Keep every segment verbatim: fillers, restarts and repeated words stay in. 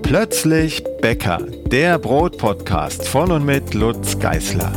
Plötzlich Bäcker, der Brotpodcast von und mit Lutz Geisler.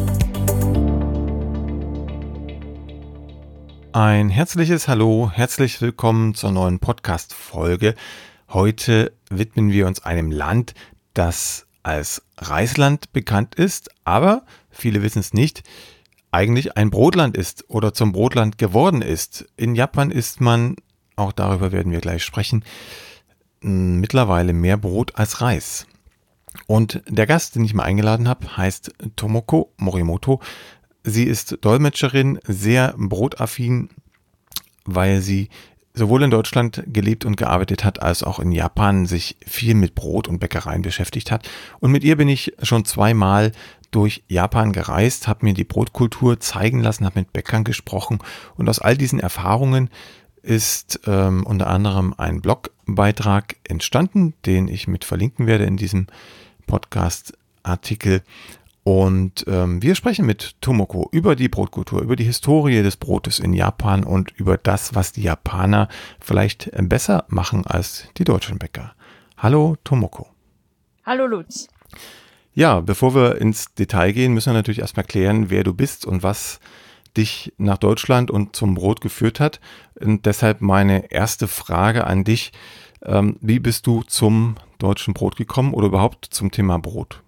Ein herzliches Hallo, herzlich willkommen zur neuen Podcast-Folge. Heute widmen wir uns einem Land, das als Reisland bekannt ist, aber, viele wissen es nicht, eigentlich ein Brotland ist oder zum Brotland geworden ist. In Japan isst man, auch darüber werden wir gleich sprechen, mittlerweile mehr Brot als Reis. Und der Gast, den ich mal eingeladen habe, heißt Tomoko Morimoto. Sie ist Dolmetscherin, sehr brotaffin, weil sie sowohl in Deutschland gelebt und gearbeitet hat, als auch in Japan sich viel mit Brot und Bäckereien beschäftigt hat. Und mit ihr bin ich schon zweimal durch Japan gereist, habe mir die Brotkultur zeigen lassen, habe mit Bäckern gesprochen und aus all diesen Erfahrungen ist ähm, unter anderem ein Blogbeitrag entstanden, den ich mit verlinken werde in diesem Podcast-Artikel. Und ähm, wir sprechen mit Tomoko über die Brotkultur, über die Historie des Brotes in Japan und über das, was die Japaner vielleicht besser machen als die deutschen Bäcker. Hallo Tomoko. Hallo Lutz. Ja, bevor wir ins Detail gehen, müssen wir natürlich erstmal klären, wer du bist und was dich nach Deutschland und zum Brot geführt hat. Und deshalb meine erste Frage an dich. Ähm, wie bist du zum deutschen Brot gekommen oder überhaupt zum Thema Brot?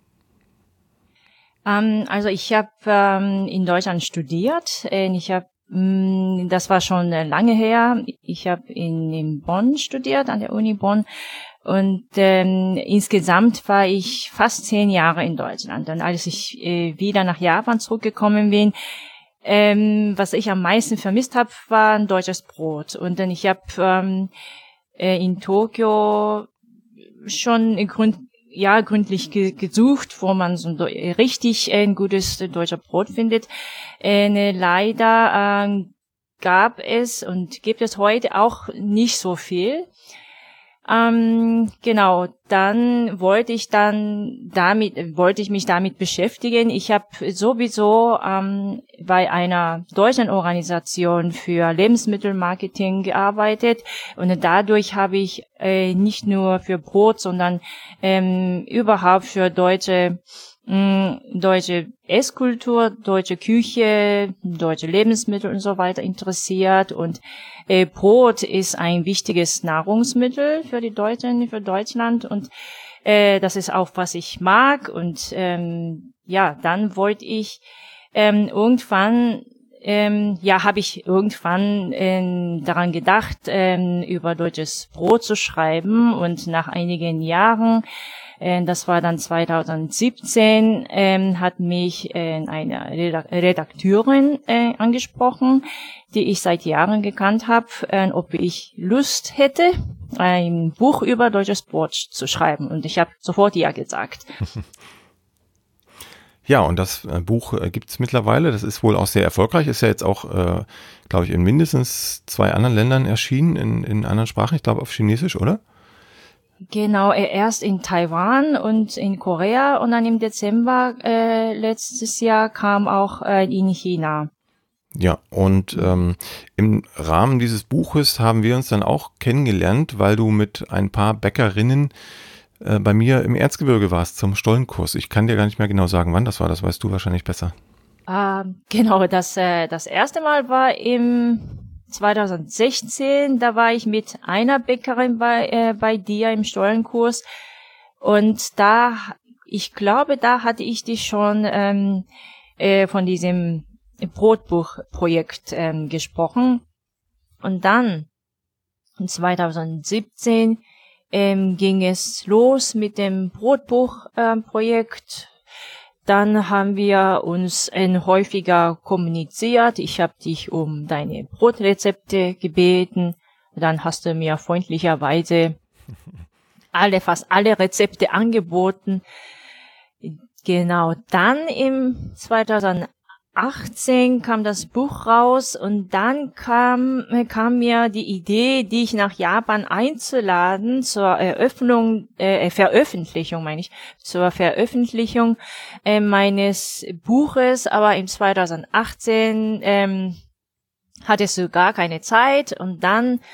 Ähm, also ich habe ähm, in Deutschland studiert. Ich habe, das war schon lange her. Ich habe in, in Bonn studiert, an der Uni Bonn. Und ähm, insgesamt war ich fast zehn Jahre in Deutschland. Und als ich äh, wieder nach Japan zurückgekommen bin, Ähm, was ich am meisten vermisst habe, war ein deutsches Brot. Und dann ich habe ähm, äh, in Tokio schon gründ, ja, gründlich ge- gesucht, wo man so ein, richtig äh, ein gutes äh, deutsches Brot findet. Äh, ne, leider äh, gab es und gibt es heute auch nicht so viel. Ähm, genau, dann wollte ich dann damit, wollte ich mich damit beschäftigen. Ich habe sowieso ähm, bei einer deutschen Organisation für Lebensmittelmarketing gearbeitet und dadurch habe ich äh, nicht nur für Brot, sondern ähm, überhaupt für deutsche mh, deutsche Esskultur, deutsche Küche, deutsche Lebensmittel und so weiter interessiert und Äh, Brot ist ein wichtiges Nahrungsmittel für die Deutschen, für Deutschland und äh, das ist auch, was ich mag. Und ähm, ja, dann wollte ich ähm, irgendwann, ähm, ja, habe ich irgendwann ähm, daran gedacht, ähm, über deutsches Brot zu schreiben. Und nach einigen Jahren, äh, das war dann zweitausendsiebzehn, ähm, hat mich äh, eine Redakteurin äh, angesprochen, die ich seit Jahren gekannt habe, äh, ob ich Lust hätte, ein Buch über deutsches Brot zu schreiben. Und ich habe sofort ja gesagt. Ja, und das äh, Buch äh, gibt es mittlerweile. Das ist wohl auch sehr erfolgreich. Ist ja jetzt auch, äh, glaube ich, in mindestens zwei anderen Ländern erschienen, in, in anderen Sprachen. Ich glaube auf Chinesisch, oder? Genau, erst in Taiwan und in Korea und dann im Dezember äh, letztes Jahr kam auch äh, in China. Ja, und ähm, im Rahmen dieses Buches haben wir uns dann auch kennengelernt, weil du mit ein paar Bäckerinnen äh, bei mir im Erzgebirge warst zum Stollenkurs. Ich kann dir gar nicht mehr genau sagen, wann das war, das weißt du wahrscheinlich besser. Ähm, genau, das, äh, das erste Mal war im zweitausendsechzehn, da war ich mit einer Bäckerin bei, äh, bei dir im Stollenkurs und da, ich glaube, da hatte ich dich schon ähm, äh, von diesem Brotbuchprojekt ähm, gesprochen. Und dann, zweitausendsiebzehn, ähm, ging es los mit dem Brotbuchprojekt. Ähm, dann haben wir uns äh, häufiger kommuniziert. Ich habe dich um deine Brotrezepte gebeten. Dann hast du mir freundlicherweise alle, fast alle Rezepte angeboten. Genau, dann im zweitausendachtzehn kam das Buch raus und dann kam, kam mir die Idee, dich nach Japan einzuladen zur Eröffnung, äh, Veröffentlichung, meine ich, zur Veröffentlichung äh, meines Buches, aber im zweitausendachtzehn ähm, hattest du gar keine Zeit und dann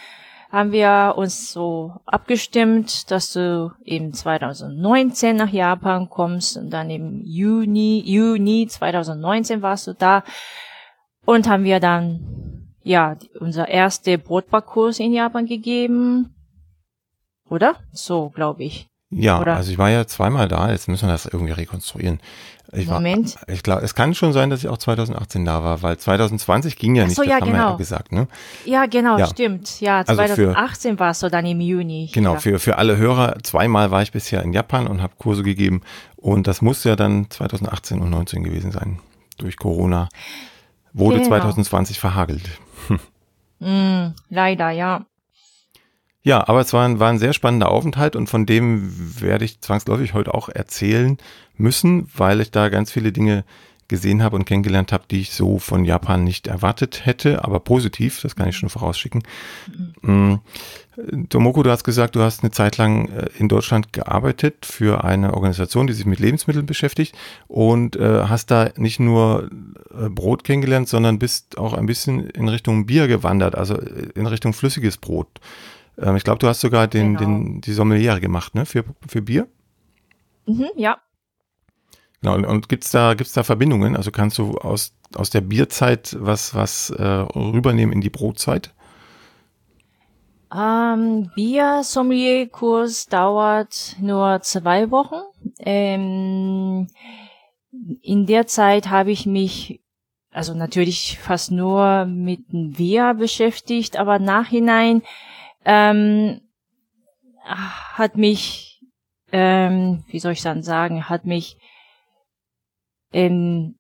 haben wir uns so abgestimmt, dass du im zwanzig neunzehn nach Japan kommst und dann im Juni, Juni zwanzig neunzehn warst du da und haben wir dann, ja, unser erster Brotbackkurs in Japan gegeben, oder? So, glaube ich. Ja, Oder? also ich war ja zweimal da, jetzt müssen wir das irgendwie rekonstruieren. Ich Moment. War, ich glaube, es kann schon sein, dass ich auch zwanzig achtzehn da war, weil zwanzig zwanzig ging ja Ach nicht, so, das ja, haben wir genau. ja gesagt, ne? Ja, genau, Ja. stimmt. Ja, Also für- zwanzig achtzehn warst du dann im Juni. Genau, ja. für, für alle Hörer, zweimal war ich bisher in Japan und habe Kurse gegeben und das muss ja dann zwanzig achtzehn und neunzehn gewesen sein. Durch Corona wurde Genau. zwanzig zwanzig verhagelt. Mm, leider, ja. Ja, aber es war ein, war ein sehr spannender Aufenthalt und von dem werde ich zwangsläufig heute auch erzählen müssen, weil ich da ganz viele Dinge gesehen habe und kennengelernt habe, die ich so von Japan nicht erwartet hätte, aber positiv, das kann ich schon vorausschicken. Mhm. Tomoko, du hast gesagt, du hast eine Zeit lang in Deutschland gearbeitet für eine Organisation, die sich mit Lebensmitteln beschäftigt und äh, hast da nicht nur äh, Brot kennengelernt, sondern bist auch ein bisschen in Richtung Bier gewandert, also in Richtung flüssiges Brot. Ähm, ich glaube, du hast sogar den, Genau. den, die Sommeliere gemacht, ne, für, für Bier? Mhm, ja. Genau, und, und gibt's da, gibt's da Verbindungen? Also kannst du aus, aus der Bierzeit was, was äh, rübernehmen in die Brotzeit? Ähm, Bier-Sommelier-Kurs dauert nur zwei Wochen. Ähm, in der Zeit habe ich mich, also natürlich fast nur mit dem Bier beschäftigt, aber nachhinein ähm, hat mich, ähm, wie soll ich dann sagen, hat mich ähm,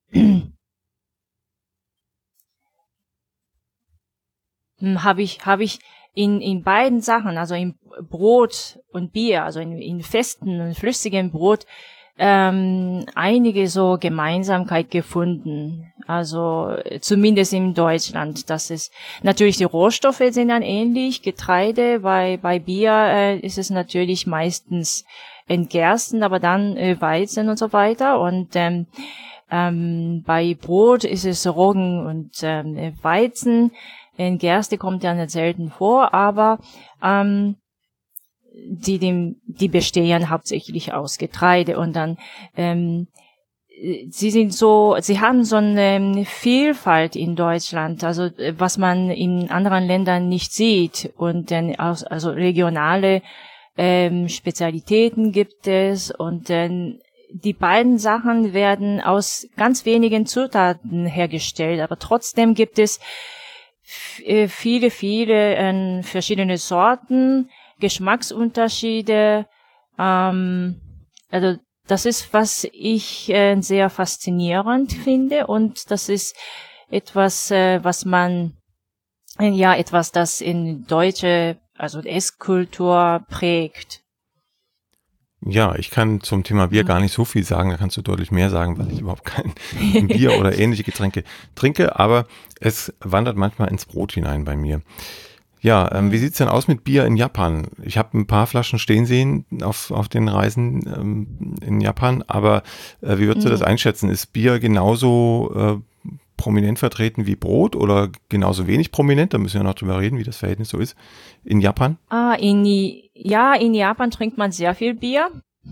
habe ich, habe ich in, in beiden Sachen, also in Brot und Bier, also in, in festen und flüssigem Brot, ähm, einige so Gemeinsamkeit gefunden. Also zumindest in Deutschland. Das ist natürlich, die Rohstoffe sind dann ähnlich. Getreide, bei, bei Bier äh, ist es natürlich meistens Entgersten, aber dann äh, Weizen und so weiter. Und ähm, ähm, bei Brot ist es Roggen und ähm, Weizen. In Gerste kommt ja nicht selten vor, aber ähm, die, dem, die bestehen hauptsächlich aus Getreide und dann ähm, sie sind so, sie haben so eine Vielfalt in Deutschland, also was man in anderen Ländern nicht sieht und dann aus, also regionale ähm, Spezialitäten gibt es und dann die beiden Sachen werden aus ganz wenigen Zutaten hergestellt, aber trotzdem gibt es viele, viele äh, verschiedene Sorten, Geschmacksunterschiede. Ähm, also das ist, was ich äh, sehr faszinierend finde und das ist etwas, äh, was man, äh, ja, etwas, das in deutsche, also Esskultur prägt. Ja, ich kann zum Thema Bier Mhm. gar nicht so viel sagen, da kannst du deutlich mehr sagen, weil ich überhaupt kein Bier oder ähnliche Getränke trinke, aber es wandert manchmal ins Brot hinein bei mir. Ja, ähm, wie sieht's denn aus mit Bier in Japan? Ich habe ein paar Flaschen stehen sehen auf, auf den Reisen ähm, in Japan, aber äh, wie würdest du das einschätzen? Ist Bier genauso äh, prominent vertreten wie Brot oder genauso wenig prominent? Da müssen wir noch drüber reden, wie das Verhältnis so ist in Japan. Ah, in, ja, in Japan trinkt man sehr viel Bier.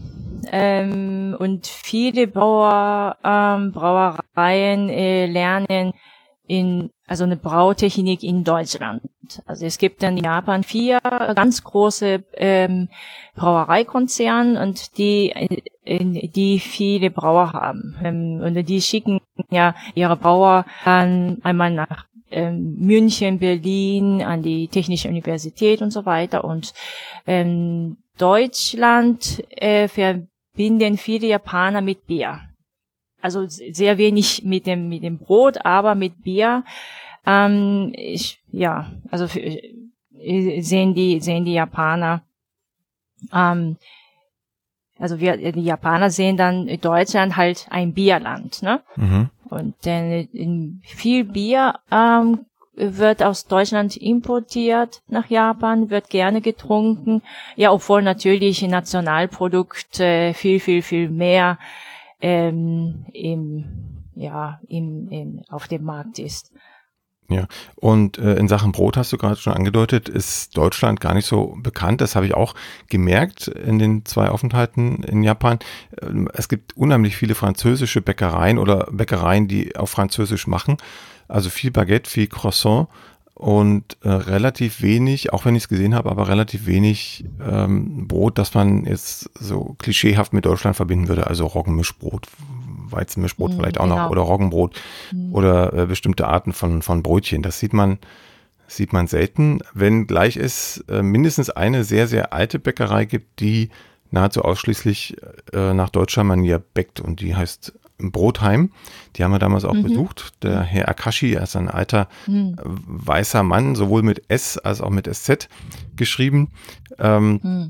Ähm, und viele Brauer, ähm, Brauereien äh, lernen in, also eine Brautechnik in Deutschland. Also es gibt dann in Japan vier ganz große ähm, Brauereikonzerne und die, äh, die viele Brauer haben. Ähm, und die schicken ja ihre Brauer dann einmal nach ähm, München, Berlin, an die Technische Universität und so weiter. Und ähm, Deutschland äh, verbinden viele Japaner mit Bier. Also sehr wenig mit dem mit dem Brot, aber mit Bier. Ähm, ich, ja, also für, sehen die sehen die Japaner. Ähm, also wir die Japaner sehen dann Deutschland halt ein Bierland, ne? Mhm. Und denn viel Bier ähm, wird aus Deutschland importiert nach Japan, wird gerne getrunken. Ja, obwohl natürlich ein Nationalprodukt äh, viel, viel, viel mehr ähm, im, ja, im, im, auf dem Markt ist. Ja, und äh, in Sachen Brot hast du gerade schon angedeutet, ist Deutschland gar nicht so bekannt. Das habe ich auch gemerkt in den zwei Aufenthalten in Japan. Ähm, es gibt unheimlich viele französische Bäckereien oder Bäckereien, die auf Französisch machen. Also viel Baguette, viel Croissant und äh, relativ wenig, auch wenn ich es gesehen habe, aber relativ wenig ähm, Brot, das man jetzt so klischeehaft mit Deutschland verbinden würde. Also Roggenmischbrot, Weizenmischbrot Mm, vielleicht auch noch genau. oder Roggenbrot Mm. oder äh, bestimmte Arten von, von Brötchen. Das sieht man, sieht man selten, wenn gleich es äh, mindestens eine sehr, sehr alte Bäckerei gibt, die nahezu ausschließlich äh, nach deutscher Manier bäckt und die heißt Brotheim. Die haben wir damals auch Mhm. besucht. Der Herr Akashi, er ist ein alter Mm. äh, weißer Mann, sowohl mit S als auch mit S Z geschrieben. Ähm, Mm.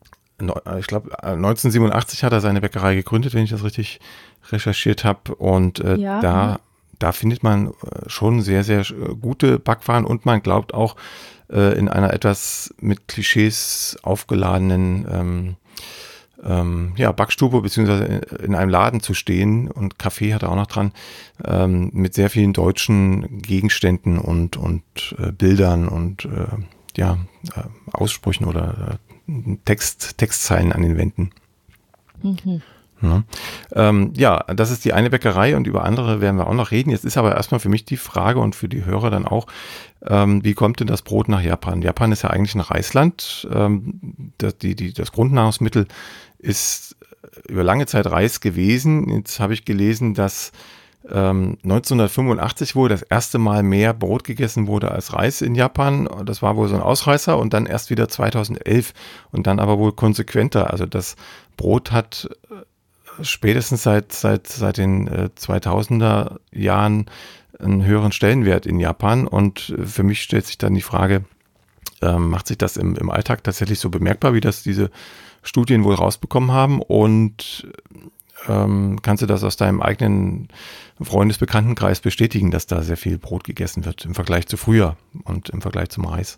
Ich glaube, neunzehnhundertsiebenundachtzig hat er seine Bäckerei gegründet, wenn ich das richtig recherchiert habe. Und äh, Ja, da, ja. da findet man äh, schon sehr, sehr äh, gute Backwaren und man glaubt auch äh, in einer etwas mit Klischees aufgeladenen ähm, ähm, ja, Backstube beziehungsweise in einem Laden zu stehen und Kaffee hat er auch noch dran, ähm, mit sehr vielen deutschen Gegenständen und, und äh, Bildern und äh, ja, äh, Aussprüchen oder äh, Text, Textzeilen an den Wänden. Mhm. Ja. Ähm, ja, das ist die eine Bäckerei und über andere werden wir auch noch reden. Jetzt ist aber erstmal für mich die Frage und für die Hörer dann auch, ähm, wie kommt denn das Brot nach Japan? Japan ist ja eigentlich ein Reisland. Ähm, das, die, die, das Grundnahrungsmittel ist über lange Zeit Reis gewesen. Jetzt habe ich gelesen, dass ähm, neunzehnhundertfünfundachtzig wohl das erste Mal mehr Brot gegessen wurde als Reis in Japan. Das war wohl so ein Ausreißer und dann erst wieder zweitausendelf und dann aber wohl konsequenter. Also das Brot hat spätestens seit, seit, seit den äh, zweitausender Jahren einen höheren Stellenwert in Japan und für mich stellt sich dann die Frage, ähm, macht sich das im, im Alltag tatsächlich so bemerkbar, wie das diese Studien wohl rausbekommen haben und ähm, kannst du das aus deinem eigenen Freundesbekanntenkreis bestätigen, dass da sehr viel Brot gegessen wird im Vergleich zu früher und im Vergleich zum Reis?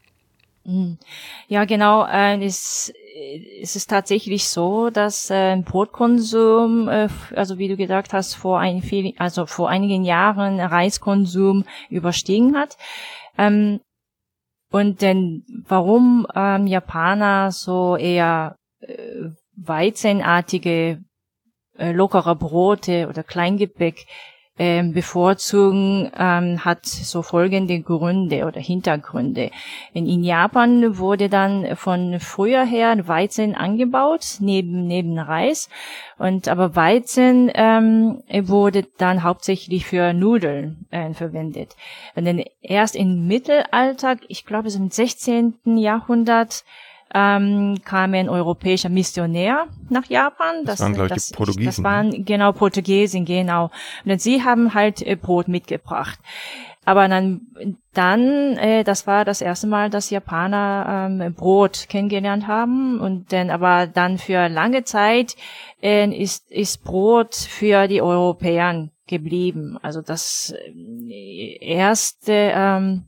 Ja, genau. Äh, es, es ist tatsächlich so, dass äh, Brotkonsum, äh, also wie du gesagt hast, vor ein viel, also vor einigen Jahren Reiskonsum überstiegen hat. Ähm, und denn warum ähm, Japaner so eher äh, weizenartige äh, lockere Brote oder Kleingebäck ähm, bevorzugen, ähm, hat so folgende Gründe oder Hintergründe. In, in Japan wurde dann von früher her Weizen angebaut, neben, neben Reis. Und aber Weizen ähm, wurde dann hauptsächlich für Nudeln äh, verwendet. Und dann erst im Mittelalter, ich glaube es im sechzehnten Jahrhundert, ähm, kam ein europäischer Missionär nach Japan. Das, das waren, glaube ich, das, die Portugiesen. Das waren, genau, Portugiesen, genau. Und sie haben halt äh, Brot mitgebracht. Aber dann, dann, äh, das war das erste Mal, dass Japaner ähm, Brot kennengelernt haben. Und dann, aber dann für lange Zeit äh, ist, ist Brot für die Europäer geblieben. Also das äh, erste, ähm,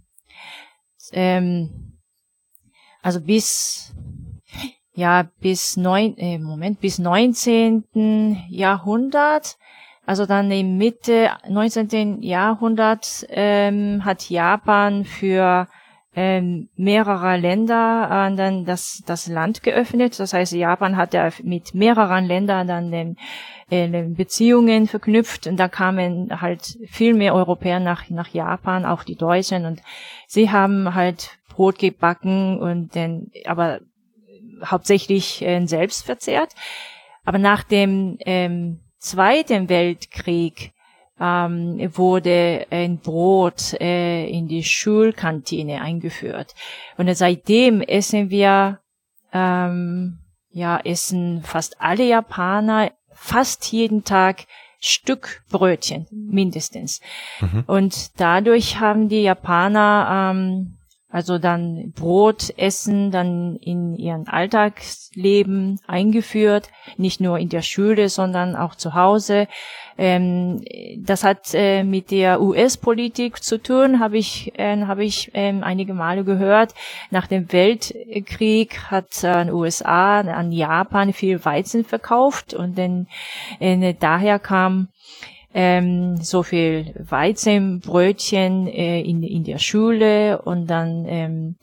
ähm, also bis, ja, bis neun, äh, Moment, bis neunzehnten Jahrhundert, also dann im Mitte neunzehnten Jahrhundert, ähm, hat Japan für ähm, mehrere Länder äh, dann das, das Land geöffnet. Das heißt, Japan hat ja mit mehreren Ländern dann ähm, äh, Beziehungen verknüpft und da kamen halt viel mehr Europäer nach, nach Japan, auch die Deutschen und sie haben halt Brot gebacken und dann, aber hauptsächlich äh, selbst verzehrt. Aber nach dem ähm, Zweiten Weltkrieg ähm, wurde ein Brot äh, in die Schulkantine eingeführt. Und seitdem essen wir, ähm, ja, essen fast alle Japaner fast jeden Tag Stück Brötchen, mindestens. Mhm. Und dadurch haben die Japaner ähm, also dann Brot essen, dann in ihren Alltagsleben eingeführt, nicht nur in der Schule, sondern auch zu Hause. Ähm, das hat äh, mit der U S-Politik zu tun, habe ich, äh, habe ich äh, einige Male gehört. Nach dem Weltkrieg hat äh, U S A an Japan viel Weizen verkauft und dann äh, daher kam ähm, so viel Weizenbrötchen äh, in in der Schule und dann ähm,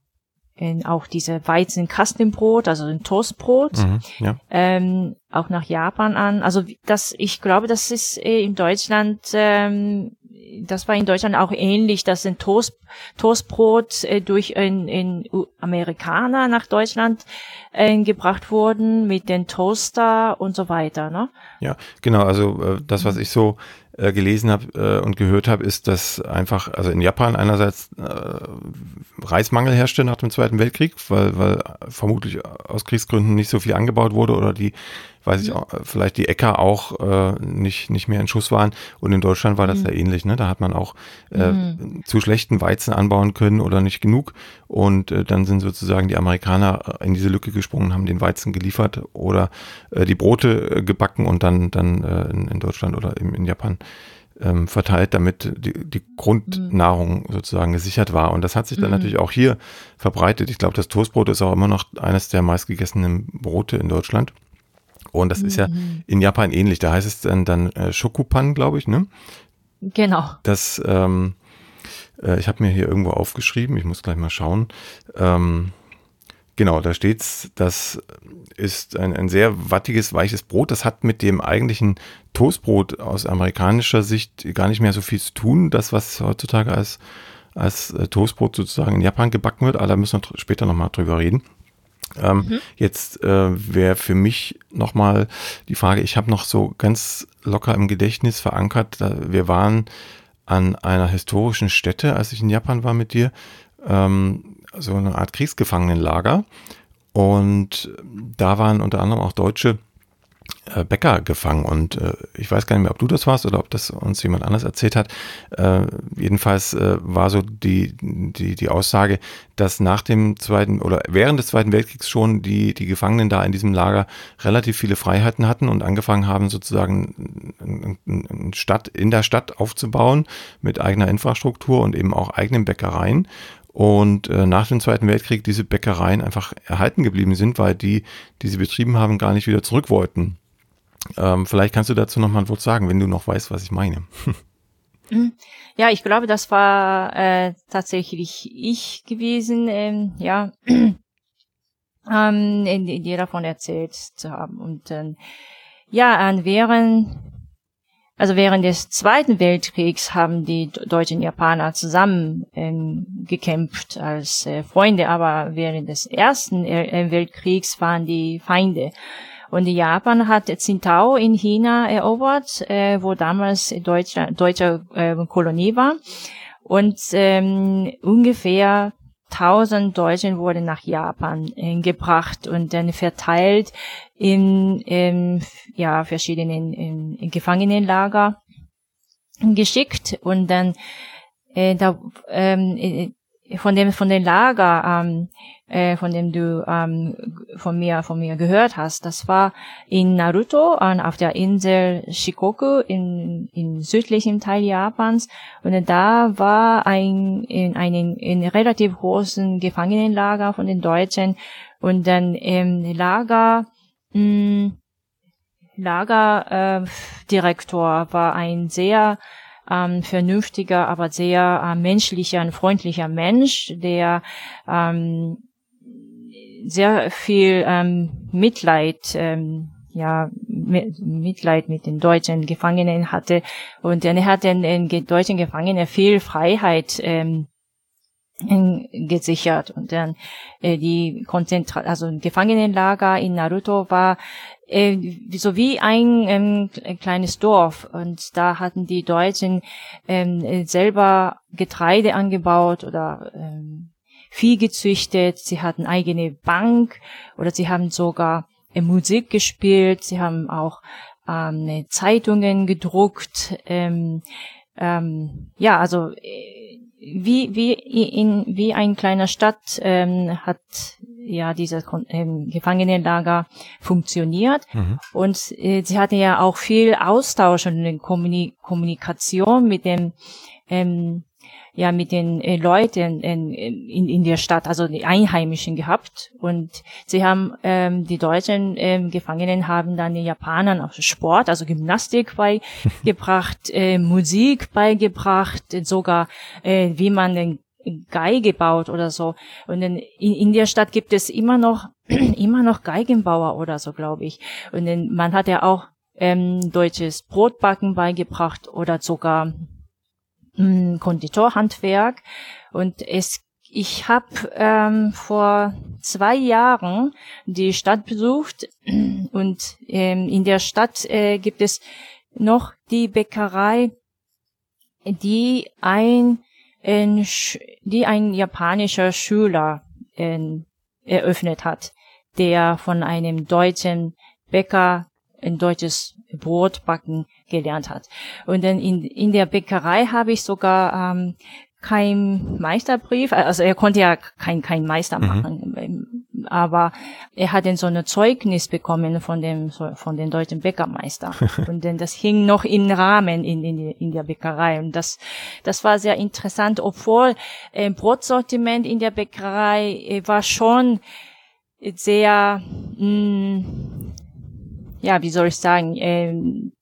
in auch diese Weizenkastenbrot, also ein Toastbrot, Mhm, ja. ähm, auch nach Japan an. Also das, ich glaube, das ist äh, in Deutschland, ähm, das war in Deutschland auch ähnlich, dass ein Toast, Toastbrot äh, durch ein, ein Amerikaner nach Deutschland äh, gebracht wurden mit den Toaster und so weiter, ne? Ja, genau. Also äh, das, was ich so äh, gelesen habe äh, und gehört habe, ist, dass einfach, also in Japan einerseits äh, Reismangel herrschte nach dem Zweiten Weltkrieg, weil, weil vermutlich aus Kriegsgründen nicht so viel angebaut wurde oder die, weiß ich auch, vielleicht die Äcker auch äh, nicht nicht mehr in Schuss waren. Und in Deutschland war das ja ähnlich, ne? Da hat man auch äh, Mhm. zu schlechten Weizen anbauen können oder nicht genug. Und äh, dann sind sozusagen die Amerikaner in diese Lücke gesprungen, haben den Weizen geliefert oder äh, die Brote äh, gebacken und dann dann äh, in, in Deutschland oder in, in Japan ähm, verteilt, damit die, die Grundnahrung sozusagen gesichert war. Und das hat sich dann Mhm. natürlich auch hier verbreitet. Ich glaube, das Toastbrot ist auch immer noch eines der meistgegessenen Brote in Deutschland. Und das ist ja in Japan ähnlich. Da heißt es dann, dann äh, Shokupan, glaube ich, ne? Genau. Das, ähm, äh, ich habe mir hier irgendwo aufgeschrieben, ich muss gleich mal schauen. Ähm, genau, da steht's, das ist ein, ein sehr wattiges, weiches Brot. Das hat mit dem eigentlichen Toastbrot aus amerikanischer Sicht gar nicht mehr so viel zu tun. Das, was heutzutage als, als äh, Toastbrot sozusagen in Japan gebacken wird, aber da müssen wir tr- später nochmal drüber reden. Ähm, mhm. Jetzt äh, wäre für mich nochmal die Frage, ich habe noch so ganz locker im Gedächtnis verankert, da, wir waren an einer historischen Stätte, als ich in Japan war mit dir, ähm, so eine Art Kriegsgefangenenlager, und da waren unter anderem auch deutsche äh, Bäcker gefangen, und äh, ich weiß gar nicht mehr, ob du das warst oder ob das uns jemand anders erzählt hat. Äh, jedenfalls äh, war so die, die, die Aussage, dass nach dem Zweiten oder während des Zweiten Weltkriegs schon die, die Gefangenen da in diesem Lager relativ viele Freiheiten hatten und angefangen haben, sozusagen eine Stadt in der Stadt aufzubauen mit eigener Infrastruktur und eben auch eigenen Bäckereien. Und äh, nach dem Zweiten Weltkrieg diese Bäckereien einfach erhalten geblieben sind, weil die, die sie betrieben haben, gar nicht wieder zurück wollten. Ähm, vielleicht kannst du dazu noch mal ein Wort sagen, wenn du noch weißt, was ich meine. Ja, ich glaube, das war äh, tatsächlich ich gewesen, ähm, ja, ähm, in, in dir davon erzählt zu haben. Und ähm, ja, an während Also während des Zweiten Weltkriegs haben die deutschen Japaner zusammen ähm, gekämpft als äh, Freunde, aber während des Ersten äh, Weltkriegs waren die Feinde. Und Japan hat Tsingtao in China erobert, äh, wo damals deutsche, deutsche äh, Kolonie war. Und ähm, ungefähr tausend Deutschen wurden nach Japan äh, gebracht und dann verteilt in, in ja, verschiedenen in, in Gefangenenlager geschickt. Und dann äh, da, ähm, von dem von den Lager, ähm, äh, von dem du ähm, von mir von mir gehört hast, das war in Naruto, äh, auf der Insel Shikoku in in südlichen Teil Japans, und da war ein in einen in relativ großen Gefangenenlager von den Deutschen, und dann im Lager mh, Lagerdirektor äh, war ein sehr ähm, vernünftiger, aber sehr äh, menschlicher und freundlicher Mensch, der ähm, sehr viel ähm, Mitleid, ähm, ja, mit, Mitleid mit den deutschen Gefangenen hatte, und er hat den, den deutschen Gefangenen viel Freiheit ähm, gesichert. Und dann äh, die Konzentra also ein Gefangenenlager in Naruto war äh, so wie ein ähm, kleines Dorf, und da hatten die Deutschen ähm, selber Getreide angebaut oder ähm, Vieh gezüchtet, sie hatten eigene Bank oder sie haben sogar äh, Musik gespielt, sie haben auch ähm, Zeitungen gedruckt, ähm, ähm, ja, also äh, wie wie in wie ein kleiner Stadt ähm, hat ja dieses ähm, Gefangenenlager funktioniert. Mhm. Und äh, sie hatten ja auch viel Austausch und Kommuni- Kommunikation mit dem ähm, ja mit den äh, Leuten in, in in der Stadt, also die Einheimischen gehabt, und sie haben ähm, die deutschen ähm, Gefangenen haben dann den Japanern auch Sport, also Gymnastik beigebracht, äh, Musik beigebracht, sogar äh, wie man den Geige baut oder so. Und in, in der Stadt gibt es immer noch immer noch Geigenbauer oder so, glaube ich. Und in, man hat ja auch ähm, deutsches Brotbacken beigebracht oder sogar mh, Konditorhandwerk. Und es ich habe ähm, vor zwei Jahren die Stadt besucht, und ähm, in der Stadt äh, gibt es noch die Bäckerei, die ein in, die ein japanischer Schüler in, eröffnet hat, der von einem deutschen Bäcker ein deutsches Brotbacken gelernt hat. Und dann in, in der Bäckerei habe ich sogar ähm, kein Meisterbrief, also er konnte ja kein kein Meister machen, mhm. aber er hat dann so eine Zeugnis bekommen von dem von dem deutschen Bäckermeister und dann das hing noch im Rahmen in in, in der Bäckerei, und das das war sehr interessant, obwohl äh, Brotsortiment in der Bäckerei äh, war schon sehr mh, ja, wie soll ich sagen, äh,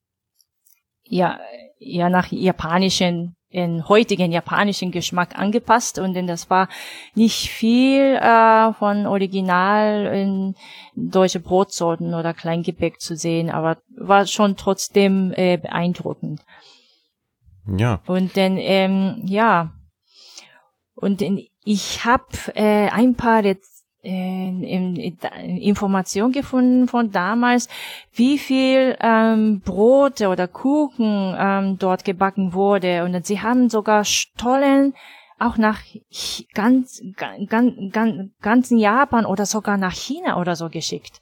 ja ja nach japanischen in heutigen japanischen Geschmack angepasst, und denn das war nicht viel äh, von Original in deutsche Brotsorten oder Kleingebäck zu sehen, aber war schon trotzdem äh, beeindruckend. Ja. Und dann ähm, ja und in, ich habe äh, ein paar jetzt Information gefunden von damals, wie viel ähm, Brote oder Kuchen ähm, dort gebacken wurde, und sie haben sogar Stollen auch nach ganz, ganz, ganz, ganzen Japan oder sogar nach China oder so geschickt.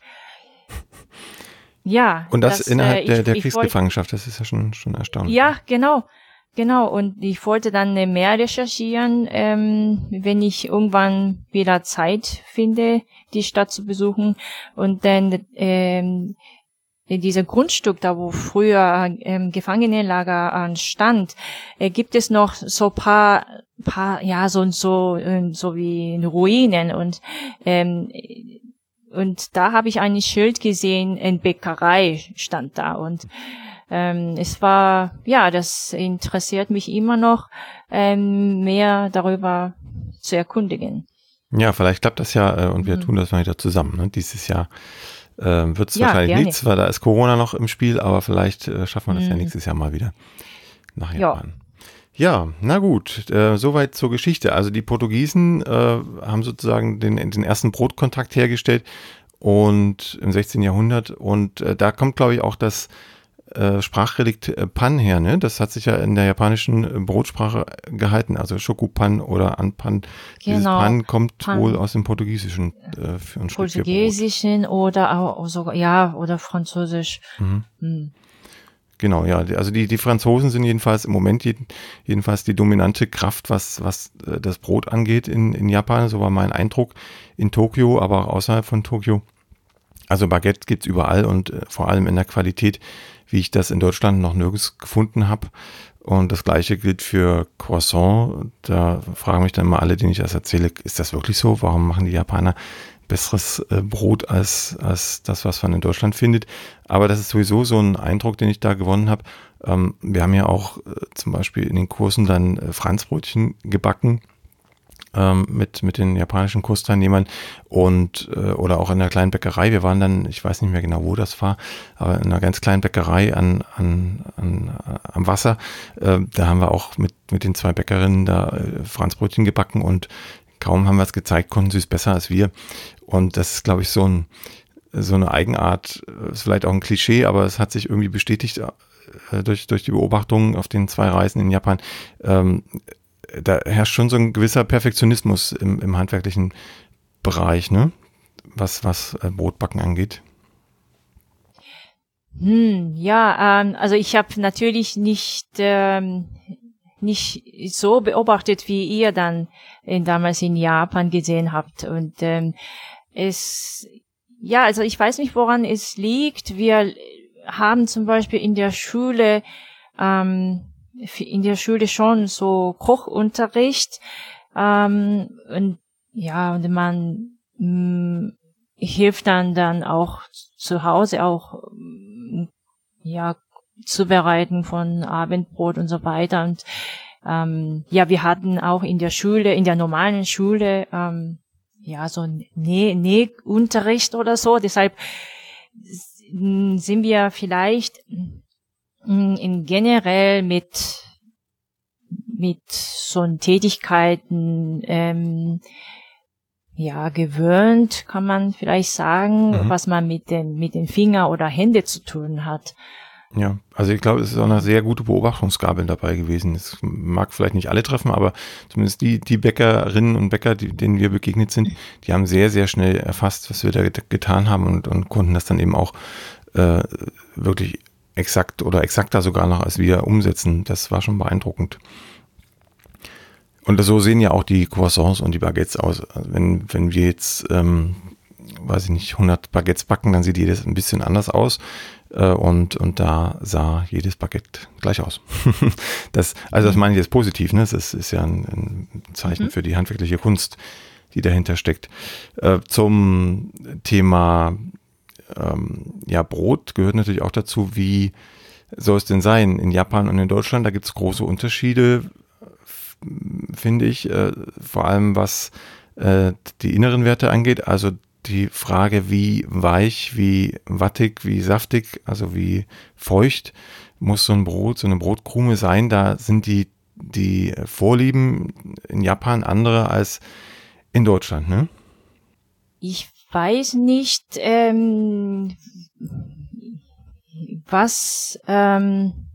Ja. Und das, das innerhalb äh, der, ich, der ich Kriegsgefangenschaft, das ist ja schon, schon erstaunlich. Ja, genau. Genau, und ich wollte dann mehr recherchieren, ähm, wenn ich irgendwann wieder Zeit finde, die Stadt zu besuchen. Und dann ähm, in diesem Grundstück, da wo früher ähm, Gefangenenlager äh, stand, äh, gibt es noch so paar, paar ja so und so, äh, so wie Ruinen, und ähm, und da habe ich ein Schild gesehen, eine Bäckerei stand da, und Ähm, es war, ja, das interessiert mich immer noch, ähm, mehr darüber zu erkundigen. Ja, vielleicht klappt das ja äh, und wir mhm. tun das mal wieder zusammen. Ne? Dieses Jahr äh, wird es ja, wahrscheinlich gerne. nichts, weil da ist Corona noch im Spiel, aber vielleicht äh, schaffen wir das mhm. ja nächstes Jahr mal wieder nach Japan. Ja, ja, na gut, äh, soweit zur Geschichte. Also die Portugiesen äh, haben sozusagen den, den ersten Brotkontakt hergestellt, und im sechzehnten Jahrhundert, und äh, da kommt, glaube ich, auch das Äh, Sprachrelikt äh, Pan her, ne? Das hat sich ja in der japanischen äh, Brotsprache gehalten, also Shokupan oder Anpan. Genau. Dieses Pan kommt Pan. wohl aus dem Portugiesischen äh, für ein Stück Portugiesischen oder auch sogar, ja, oder Französisch. Mhm. Mhm. Genau, ja, also die die Franzosen sind jedenfalls im Moment jeden, jedenfalls die dominante Kraft, was was äh, das Brot angeht in in Japan. So war mein Eindruck in Tokio, aber auch außerhalb von Tokio. Also Baguette gibt's überall, und äh, vor allem in der Qualität, wie ich das in Deutschland noch nirgends gefunden habe. Und das Gleiche gilt für Croissant. Da fragen mich dann mal alle, denen ich das erzähle, ist das wirklich so? Warum machen die Japaner besseres äh, Brot als als das, was man in Deutschland findet? Aber das ist sowieso so ein Eindruck, den ich da gewonnen habe. Ähm, wir haben ja auch äh, zum Beispiel in den Kursen dann äh, Franzbrötchen gebacken, mit mit den japanischen Kursteilnehmern, und äh, oder auch in einer kleinen Bäckerei. Wir waren dann, ich weiß nicht mehr genau, wo das war, aber in einer ganz kleinen Bäckerei an an, an am Wasser. Äh, da haben wir auch mit mit den zwei Bäckerinnen da äh, Franzbrötchen gebacken, und kaum haben wir es gezeigt, konnten sie es besser als wir. Und das ist, glaube ich, so ein so eine Eigenart, ist vielleicht auch ein Klischee, aber es hat sich irgendwie bestätigt äh, durch durch die Beobachtungen auf den zwei Reisen in Japan. Ähm, Da herrscht schon so ein gewisser Perfektionismus im, im handwerklichen Bereich, ne? Was, was äh, Brotbacken angeht. Hm, ja, ähm, also ich habe natürlich nicht ähm, nicht so beobachtet, wie ihr dann in, damals in Japan gesehen habt. Und ähm, es, ja, also ich weiß nicht, woran es liegt. Wir haben zum Beispiel in der Schule ähm, in der Schule schon so Kochunterricht, ähm, und ja, und man mh, hilft dann dann auch zu Hause auch mh, ja Zubereiten von Abendbrot und so weiter. Und ähm, ja, wir hatten auch in der Schule, in der normalen Schule, ähm, ja, so Näh- Nähunterricht oder so. Deshalb sind wir vielleicht in generell mit mit so Tätigkeiten ähm, ja gewöhnt, kann man vielleicht sagen, mhm. was man mit den mit den Finger oder Hände zu tun hat. Ja, also ich glaube, es ist auch eine sehr gute Beobachtungsgabe dabei gewesen. Es mag vielleicht nicht alle treffen, aber zumindest die, die Bäckerinnen und Bäcker, die, denen wir begegnet sind, die haben sehr, sehr schnell erfasst, was wir da get- getan haben und, und konnten das dann eben auch äh, wirklich exakt oder exakter sogar noch als wir umsetzen. Das war schon beeindruckend. Und so sehen ja auch die Croissants und die Baguettes aus. Also wenn, wenn wir jetzt, ähm, weiß ich nicht, hundert Baguettes backen, dann sieht jedes ein bisschen anders aus. Und, und da sah jedes Baguette gleich aus. das, also das meine ich jetzt positiv, ne? Das ist, ist ja ein, ein Zeichen mhm. für die handwerkliche Kunst, die dahinter steckt. Äh, zum Thema ähm, ja, Brot gehört natürlich auch dazu, wie soll es denn sein? In Japan und in Deutschland, da gibt es große Unterschiede, f- finde ich, äh, vor allem was äh, die inneren Werte angeht, also die Frage, wie weich, wie wattig, wie saftig, also wie feucht muss so ein Brot, so eine Brotkrume sein. Da sind die, die Vorlieben in Japan andere als in Deutschland, ne? Ich weiß nicht, ähm, was ähm,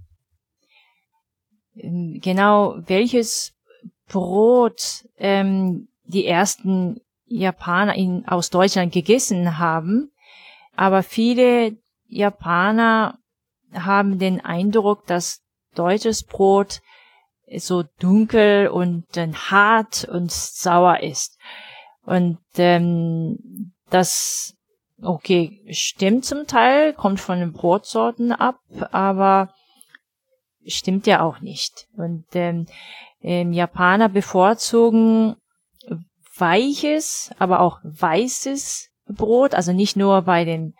genau, welches Brot ähm, die ersten Japaner in, aus Deutschland gegessen haben, aber viele Japaner haben den Eindruck, dass deutsches Brot so dunkel und äh, hart und sauer ist. Und ähm, das, okay, stimmt zum Teil, kommt von den Brotsorten ab, aber stimmt ja auch nicht. Und ähm, ähm, Japaner bevorzugen weiches, aber auch weißes Brot, also nicht nur bei den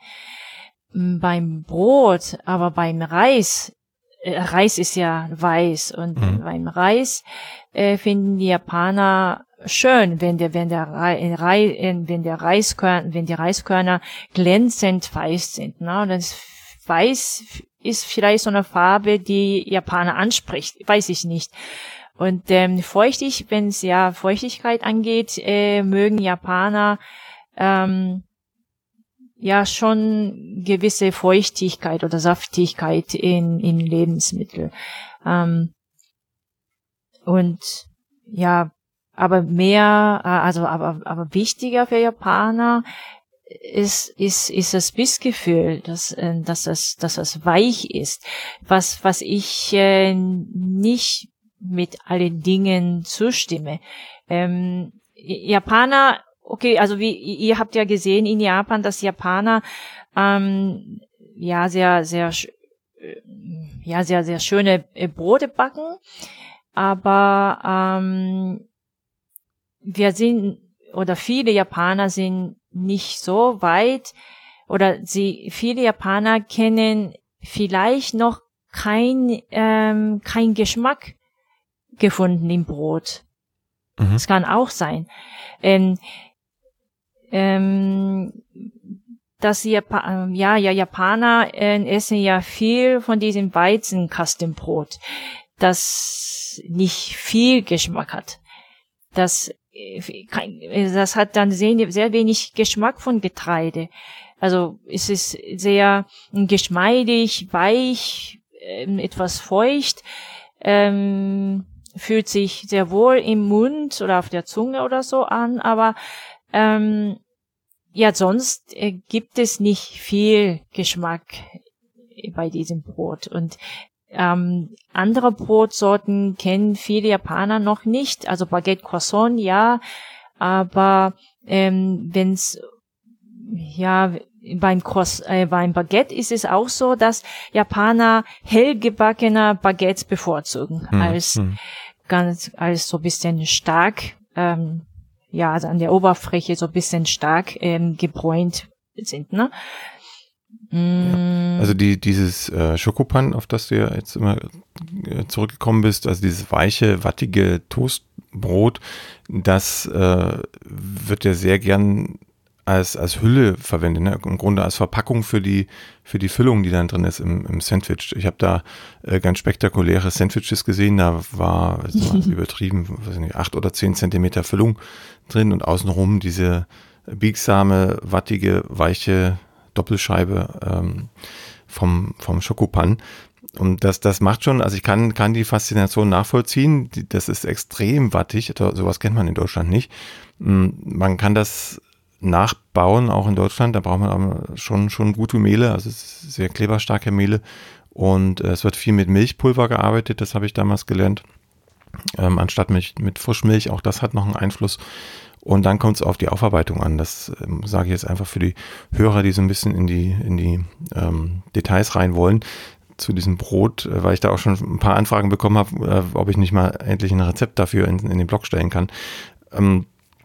beim Brot, aber beim Reis. Äh, Reis ist ja weiß und mhm. beim Reis äh, finden die Japaner schön, wenn der wenn der Re, Re, wenn der Reiskörner wenn die Reiskörner glänzend weiß sind. Ne? Und das Weiß ist vielleicht so eine Farbe, die Japaner anspricht, weiß ich nicht. Und ähm, feuchtig, wenn es ja Feuchtigkeit angeht, äh, mögen Japaner ähm, ja schon gewisse Feuchtigkeit oder Saftigkeit in in Lebensmittel. Ähm, und ja, aber mehr, also aber aber wichtiger für Japaner ist ist ist das Bissgefühl, dass äh, dass das dass das weich ist, was was ich äh, nicht mit allen Dingen zustimme. Ähm, Japaner, okay, also wie ihr habt ja gesehen in Japan, dass Japaner ähm, ja sehr sehr ja sehr sehr schöne Brote backen, aber ähm, wir sind oder viele Japaner sind nicht so weit oder sie viele Japaner kennen vielleicht noch kein ähm, kein Geschmack gefunden im Brot. Mhm. Das kann auch sein. Ähm, ähm, dass Japa- ja, ja, Japaner äh, essen ja viel von diesem Weizenkastenbrot, das nicht viel Geschmack hat. Das, äh, das hat dann sehr, sehr wenig Geschmack von Getreide. Also es ist sehr geschmeidig, weich, äh, etwas feucht. Ähm, fühlt sich sehr wohl im Mund oder auf der Zunge oder so an, aber ähm, ja, sonst äh, gibt es nicht viel Geschmack bei diesem Brot. Und ähm, andere Brotsorten kennen viele Japaner noch nicht, also Baguette Croissant, ja, aber ähm, wenn's ja, beim Cross, äh, beim Baguette ist es auch so, dass Japaner hell gebackene Baguettes bevorzugen, hm. als hm. ganz, als so ein bisschen stark, ähm, ja, also an der Oberfläche so ein bisschen stark ähm, gebräunt sind, ne? Ja. Also die, dieses äh, Schokopan, auf das du ja jetzt immer äh, zurückgekommen bist, also dieses weiche, wattige Toastbrot, das äh, wird ja sehr gern als, als Hülle verwendet, ne? Im Grunde als Verpackung für die, für die Füllung, die dann drin ist im, im Sandwich. Ich habe da äh, ganz spektakuläre Sandwiches gesehen, da war also übertrieben, weiß nicht, acht oder zehn Zentimeter Füllung drin und außenrum diese biegsame, wattige, weiche Doppelscheibe ähm, vom, vom Schokopan. Und das, das macht schon, also ich kann, kann die Faszination nachvollziehen. Die, das ist extrem wattig. Sowas kennt man in Deutschland nicht. Man kann das nachbauen, auch in Deutschland. Da braucht man aber schon, schon gute Mehle, also es ist sehr kleberstarke Mehle. Und äh, es wird viel mit Milchpulver gearbeitet, das habe ich damals gelernt. Ähm, anstatt mit, mit Frischmilch, auch das hat noch einen Einfluss. Und dann kommt es auf die Aufarbeitung an. Das ähm, sage ich jetzt einfach für die Hörer, die so ein bisschen in die, in die ähm, Details rein wollen zu diesem Brot, äh, weil ich da auch schon ein paar Anfragen bekommen habe, äh, ob ich nicht mal endlich ein Rezept dafür in, in den Blog stellen kann. Ähm,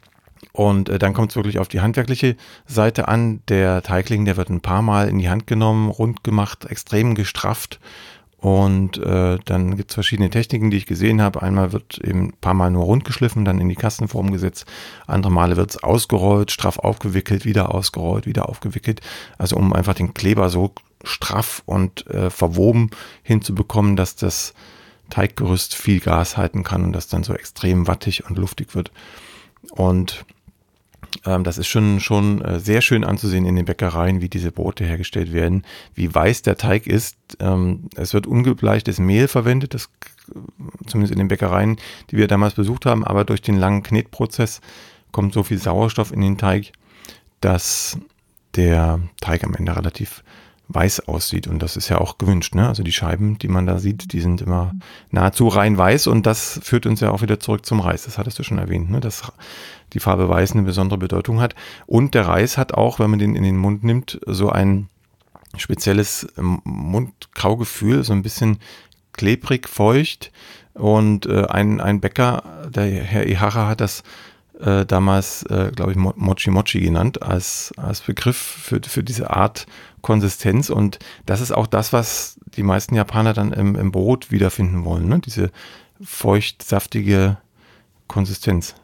und äh, dann kommt es wirklich auf die handwerkliche Seite an. Der Teigling, der wird ein paar Mal in die Hand genommen, rund gemacht, extrem gestrafft. Und äh, dann gibt es verschiedene Techniken, die ich gesehen habe. Einmal wird eben ein paar Mal nur rund geschliffen, dann in die Kastenform gesetzt. Andere Male wird es ausgerollt, straff aufgewickelt, wieder ausgerollt, wieder aufgewickelt. Also um einfach den Kleber so straff und äh, verwoben hinzubekommen, dass das Teiggerüst viel Gas halten kann und das dann so extrem wattig und luftig wird. Und ähm, das ist schon, schon äh, sehr schön anzusehen in den Bäckereien, wie diese Brote hergestellt werden, wie weiß der Teig ist. Ähm, es wird ungebleichtes Mehl verwendet, das zumindest in den Bäckereien, die wir damals besucht haben, aber durch den langen Knetprozess kommt so viel Sauerstoff in den Teig, dass der Teig am Ende relativ weiß aussieht und das ist ja auch gewünscht, ne? Also die Scheiben, die man da sieht, die sind immer nahezu rein weiß und das führt uns ja auch wieder zurück zum Reis. Das hattest du schon erwähnt, ne? Dass die Farbe Weiß eine besondere Bedeutung hat und der Reis hat auch, wenn man den in den Mund nimmt, so ein spezielles Mundkaugefühl, so ein bisschen klebrig, feucht und äh, ein, ein Bäcker, der Herr Ihara, hat das äh, damals, äh, glaube ich, Mochi Mochi genannt, als, als Begriff für, für diese Art Konsistenz und das ist auch das, was die meisten Japaner dann im, im Brot wiederfinden wollen, ne? Diese feucht, saftige Konsistenz.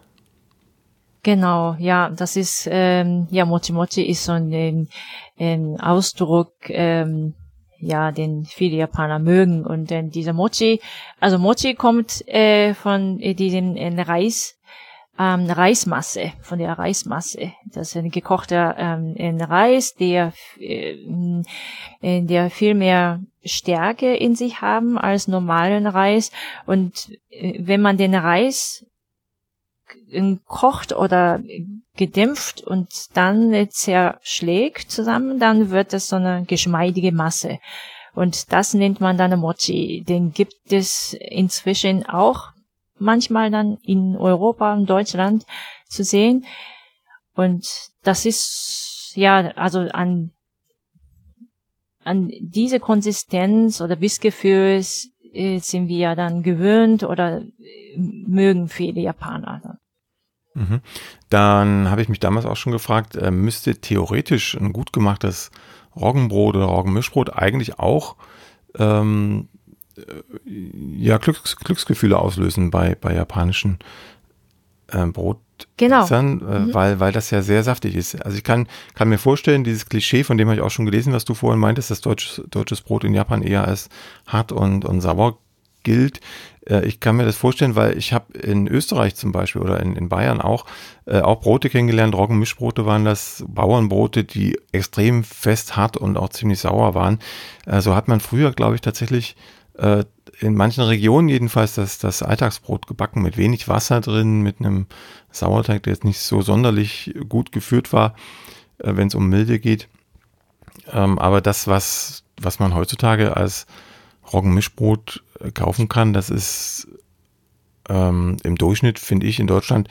Genau, ja, das ist, ähm, ja, Mochi Mochi ist so ein, ein Ausdruck, ähm, ja, den viele Japaner mögen und denn dieser Mochi, also Mochi kommt äh, von äh, diesem äh, Reis, ähm, Reismasse, von der Reismasse. Das ist ein gekochter ähm, ein Reis, der, äh, der viel mehr Stärke in sich haben als normalen Reis. Und äh, wenn man den Reis äh, kocht oder gedämpft und dann äh, zerschlägt zusammen, dann wird das so eine geschmeidige Masse. Und das nennt man dann Mochi. Den gibt es inzwischen auch manchmal dann in Europa und Deutschland zu sehen. Und das ist, ja, also an, an diese Konsistenz oder Bissgefühl äh, sind wir ja dann gewöhnt oder äh, mögen viele Japaner dann. Mhm. Dann habe ich mich damals auch schon gefragt, äh, müsste theoretisch ein gut gemachtes Roggenbrot oder Roggenmischbrot eigentlich auch ähm, ja, Glücks, Glücksgefühle auslösen bei, bei japanischen äh, Brotessern, genau. äh, mhm. weil, weil das ja sehr saftig ist. Also ich kann, kann mir vorstellen, dieses Klischee, von dem habe ich auch schon gelesen, was du vorhin meintest, dass deutsches, deutsches Brot in Japan eher als hart und, und sauer gilt. Äh, ich kann mir das vorstellen, weil ich habe in Österreich zum Beispiel oder in, in Bayern auch, äh, auch Brote kennengelernt, Roggenmischbrote waren das, Bauernbrote, die extrem fest, hart und auch ziemlich sauer waren. Äh, so hat man früher, glaube ich, tatsächlich in manchen Regionen jedenfalls das, das Alltagsbrot gebacken mit wenig Wasser drin, mit einem Sauerteig, der jetzt nicht so sonderlich gut geführt war, wenn es um Milde geht. Aber das, was, was man heutzutage als Roggenmischbrot kaufen kann, das ist ähm, im Durchschnitt, finde ich, in Deutschland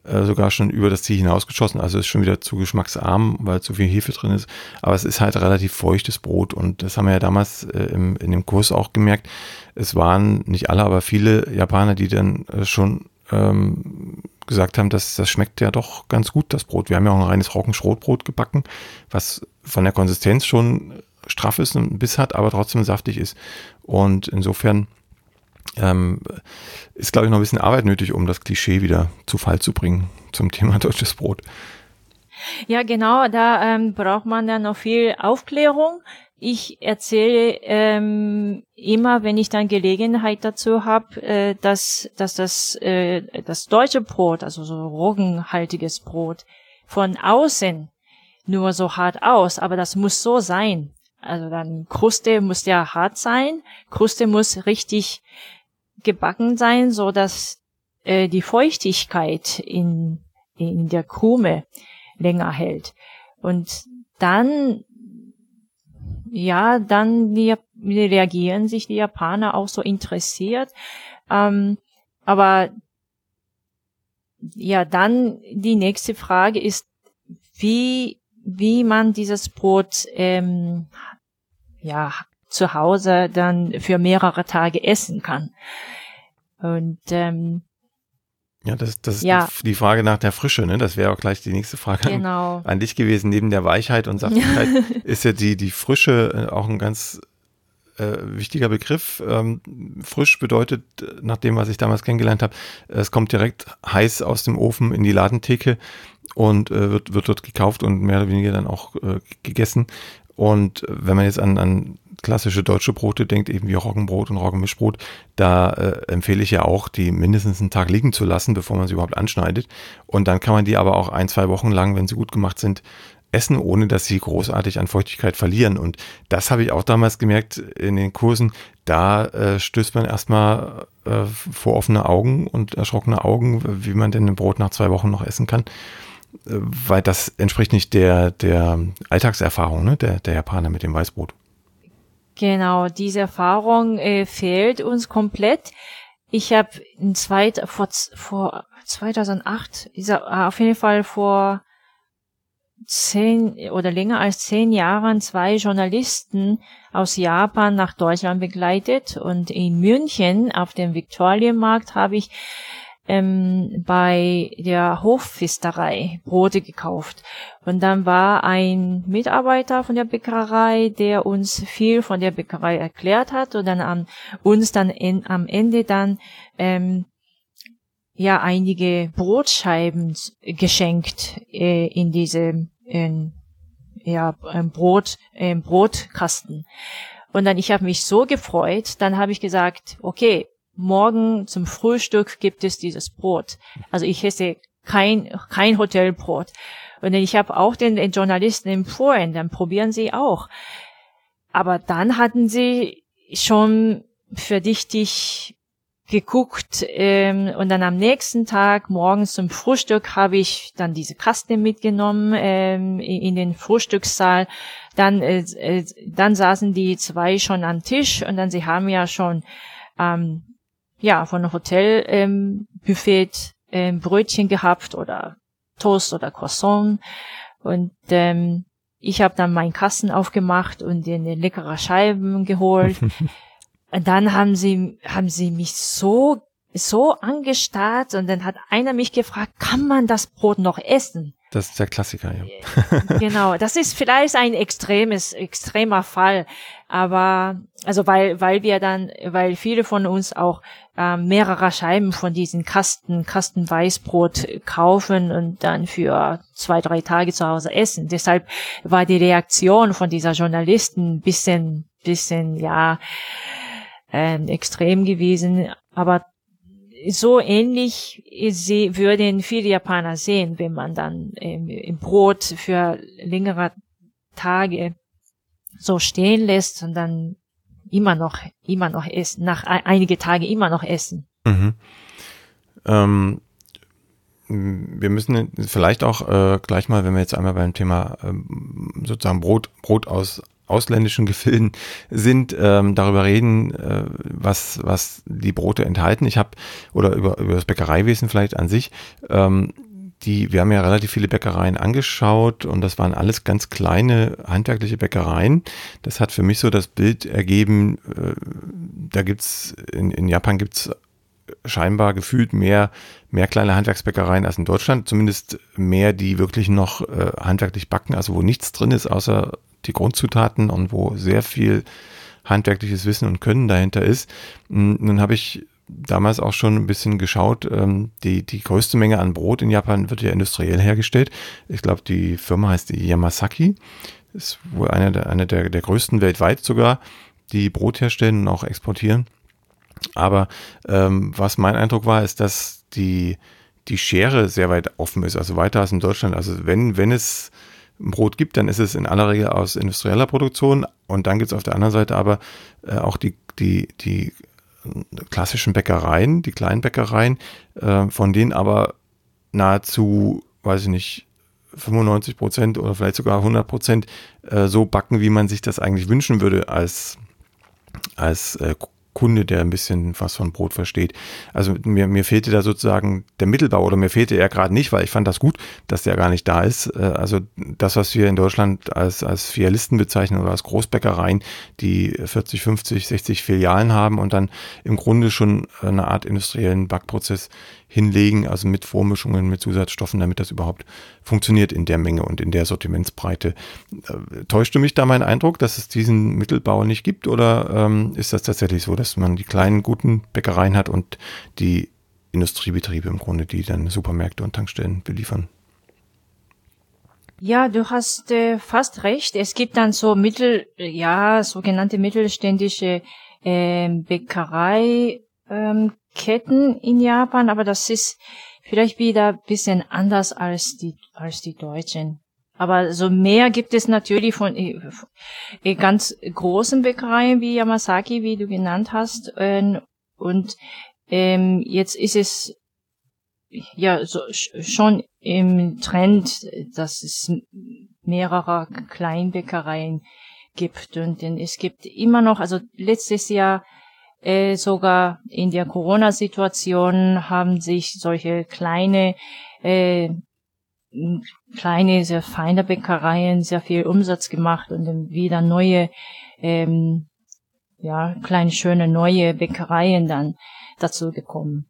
äh, sogar schon über das Ziel hinausgeschossen. Also ist schon wieder zu geschmacksarm, weil zu viel Hefe drin ist. Aber es ist halt relativ feuchtes Brot und das haben wir ja damals äh, im, in dem Kurs auch gemerkt. Es waren nicht alle, aber viele Japaner, die dann äh, schon ähm, gesagt haben, dass das schmeckt ja doch ganz gut, das Brot. Wir haben ja auch ein reines Roggenschrotbrot gebacken, was von der Konsistenz schon straff ist und einen Biss hat, aber trotzdem saftig ist. Und insofern ähm, ist, glaube ich, noch ein bisschen Arbeit nötig, um das Klischee wieder zu Fall zu bringen zum Thema deutsches Brot. Ja, genau, da ähm, braucht man dann noch viel Aufklärung. Ich erzähle ähm, immer, wenn ich dann Gelegenheit dazu habe, äh, dass, dass das, äh, das deutsche Brot, also so roggenhaltiges Brot, von außen nur so hart aus, aber das muss so sein. Also dann Kruste muss ja hart sein, Kruste muss richtig gebacken sein, so dass äh, die Feuchtigkeit in in der Krume länger hält. Und dann ja, dann die, reagieren sich die Japaner auch so interessiert. Ähm, aber ja, dann die nächste Frage ist, wie wie man dieses Brot ähm, ja zu Hause dann für mehrere Tage essen kann. Und ähm, ja, das, das ist ja. die Frage nach der Frische, ne? Das wäre auch gleich die nächste Frage genau. an, an dich gewesen. Neben der Weichheit und Saftigkeit ist ja die, die Frische auch ein ganz äh, wichtiger Begriff. Ähm, frisch bedeutet, nach dem, was ich damals kennengelernt habe, es kommt direkt heiß aus dem Ofen in die Ladentheke und äh, wird, wird dort gekauft und mehr oder weniger dann auch äh, gegessen. Und wenn man jetzt an, an klassische deutsche Brote denkt, eben wie Roggenbrot und Roggenmischbrot, da äh, empfehle ich ja auch, die mindestens einen Tag liegen zu lassen, bevor man sie überhaupt anschneidet. Und dann kann man die aber auch ein, zwei Wochen lang, wenn sie gut gemacht sind, essen, ohne dass sie großartig an Feuchtigkeit verlieren. Und das habe ich auch damals gemerkt in den Kursen. Da äh, stößt man erstmal äh, vor offene Augen und erschrockene Augen, wie man denn ein Brot nach zwei Wochen noch essen kann. Weil das entspricht nicht der, der Alltagserfahrung, ne, der, der Japaner mit dem Weißbrot. Genau, diese Erfahrung äh, fehlt uns komplett. Ich habe in zweit, vor, vor zweitausendacht, auf jeden Fall vor zehn oder länger als zehn Jahren zwei Journalisten aus Japan nach Deutschland begleitet. Und in München auf dem Viktualienmarkt habe ich ähm, bei der Hofpfisterei Brote gekauft. Und dann war ein Mitarbeiter von der Bäckerei, der uns viel von der Bäckerei erklärt hat und dann an uns dann in, am Ende dann ähm, ja einige Brotscheiben geschenkt äh, in diese äh, ja ähm, Brot äh, Brotkasten. Und dann ich habe mich so gefreut, dann habe ich gesagt, okay, morgen zum Frühstück gibt es dieses Brot. Also ich esse kein kein Hotelbrot. Und ich habe auch den, den Journalisten empfohlen, dann probieren sie auch. Aber dann hatten sie schon verdächtig geguckt ähm, und dann am nächsten Tag morgens zum Frühstück habe ich dann diese Kasten mitgenommen ähm, in, in den Frühstückssaal. Dann äh, äh, dann saßen die zwei schon am Tisch und dann sie haben ja schon ähm, ja von einem Hotel ähm, Buffet ähm, Brötchen gehabt oder Toast oder Croissant und ähm, ich habe dann meinen Kasten aufgemacht und den leckere Scheiben geholt. Und dann haben sie haben sie mich so so angestarrt und dann hat einer mich gefragt, kann man das Brot noch essen? Das ist der Klassiker, ja. Genau, das ist vielleicht ein extremes extremer Fall, aber also weil weil wir dann weil viele von uns auch äh, mehrere Scheiben von diesen Kasten Kasten Weißbrot kaufen und dann für zwei drei Tage zu Hause essen. Deshalb war die Reaktion von dieser Journalisten ein bisschen bisschen ja ähm, extrem gewesen, aber so ähnlich sie würden viele Japaner sehen, wenn man dann ähm, im Brot für längere Tage so stehen lässt und dann immer noch, immer noch essen, nach ein, einige Tage immer noch essen. Mhm. Ähm, wir müssen vielleicht auch äh, gleich mal, wenn wir jetzt einmal beim Thema ähm, sozusagen Brot, Brot aus ausländischen Gefilden sind, ähm, darüber reden, äh, was was die Brote enthalten. Ich habe, oder über über das Bäckereiwesen vielleicht an sich, ähm, die, wir haben ja relativ viele Bäckereien angeschaut und das waren alles ganz kleine handwerkliche Bäckereien. Das hat für mich so das Bild ergeben, äh, da gibt's, in, in Japan gibt's scheinbar gefühlt mehr, mehr kleine Handwerksbäckereien als in Deutschland, zumindest mehr, die wirklich noch äh, handwerklich backen, also wo nichts drin ist, außer die Grundzutaten und wo sehr viel handwerkliches Wissen und Können dahinter ist. Nun habe ich damals auch schon ein bisschen geschaut, ähm, die, die größte Menge an Brot in Japan wird ja industriell hergestellt. Ich glaube, die Firma heißt die Yamasaki, ist wohl eine der, eine der, der größten weltweit sogar, die Brot herstellen und auch exportieren. Aber ähm, was mein Eindruck war, ist, dass die, die Schere sehr weit offen ist, also weiter als in Deutschland. Also wenn, wenn es ein Brot gibt, dann ist es in aller Regel aus industrieller Produktion und dann gibt es auf der anderen Seite aber äh, auch die, die, die klassischen Bäckereien, die kleinen Bäckereien, äh, von denen aber nahezu, weiß ich nicht, fünfundneunzig Prozent oder vielleicht sogar hundert Prozent äh, so backen, wie man sich das eigentlich wünschen würde als, als äh, Kunde, der ein bisschen was von Brot versteht. Also mir, mir fehlte da sozusagen der Mittelbau oder mir fehlte er gerade nicht, weil ich fand das gut, dass der gar nicht da ist. Also das, was wir in Deutschland als, als Filialisten bezeichnen oder als Großbäckereien, die vierzig, fünfzig, sechzig Filialen haben und dann im Grunde schon eine Art industriellen Backprozess hinlegen, also mit Vormischungen, mit Zusatzstoffen, damit das überhaupt funktioniert in der Menge und in der Sortimentsbreite. Äh, täuschte mich da mein Eindruck, dass es diesen Mittelbau nicht gibt oder ähm, ist das tatsächlich so, dass man die kleinen, guten Bäckereien hat und die Industriebetriebe im Grunde, die dann Supermärkte und Tankstellen beliefern? Ja, du hast äh, fast recht. Es gibt dann so mittel, ja, sogenannte mittelständische äh, Bäckerei, ähm, Ketten in Japan, aber das ist vielleicht wieder ein bisschen anders als die, als die Deutschen. Aber so mehr gibt es natürlich von äh, äh, ganz großen Bäckereien wie Yamasaki, wie du genannt hast. Äh, und ähm, jetzt ist es ja so, schon im Trend, dass es mehrere Kleinbäckereien gibt. Und denn es gibt immer noch, also letztes Jahr Äh, sogar in der Corona-Situation haben sich solche kleine, äh, kleine, sehr feine Bäckereien sehr viel Umsatz gemacht und dann wieder neue, ähm, ja, kleine, schöne neue Bäckereien dann dazu gekommen.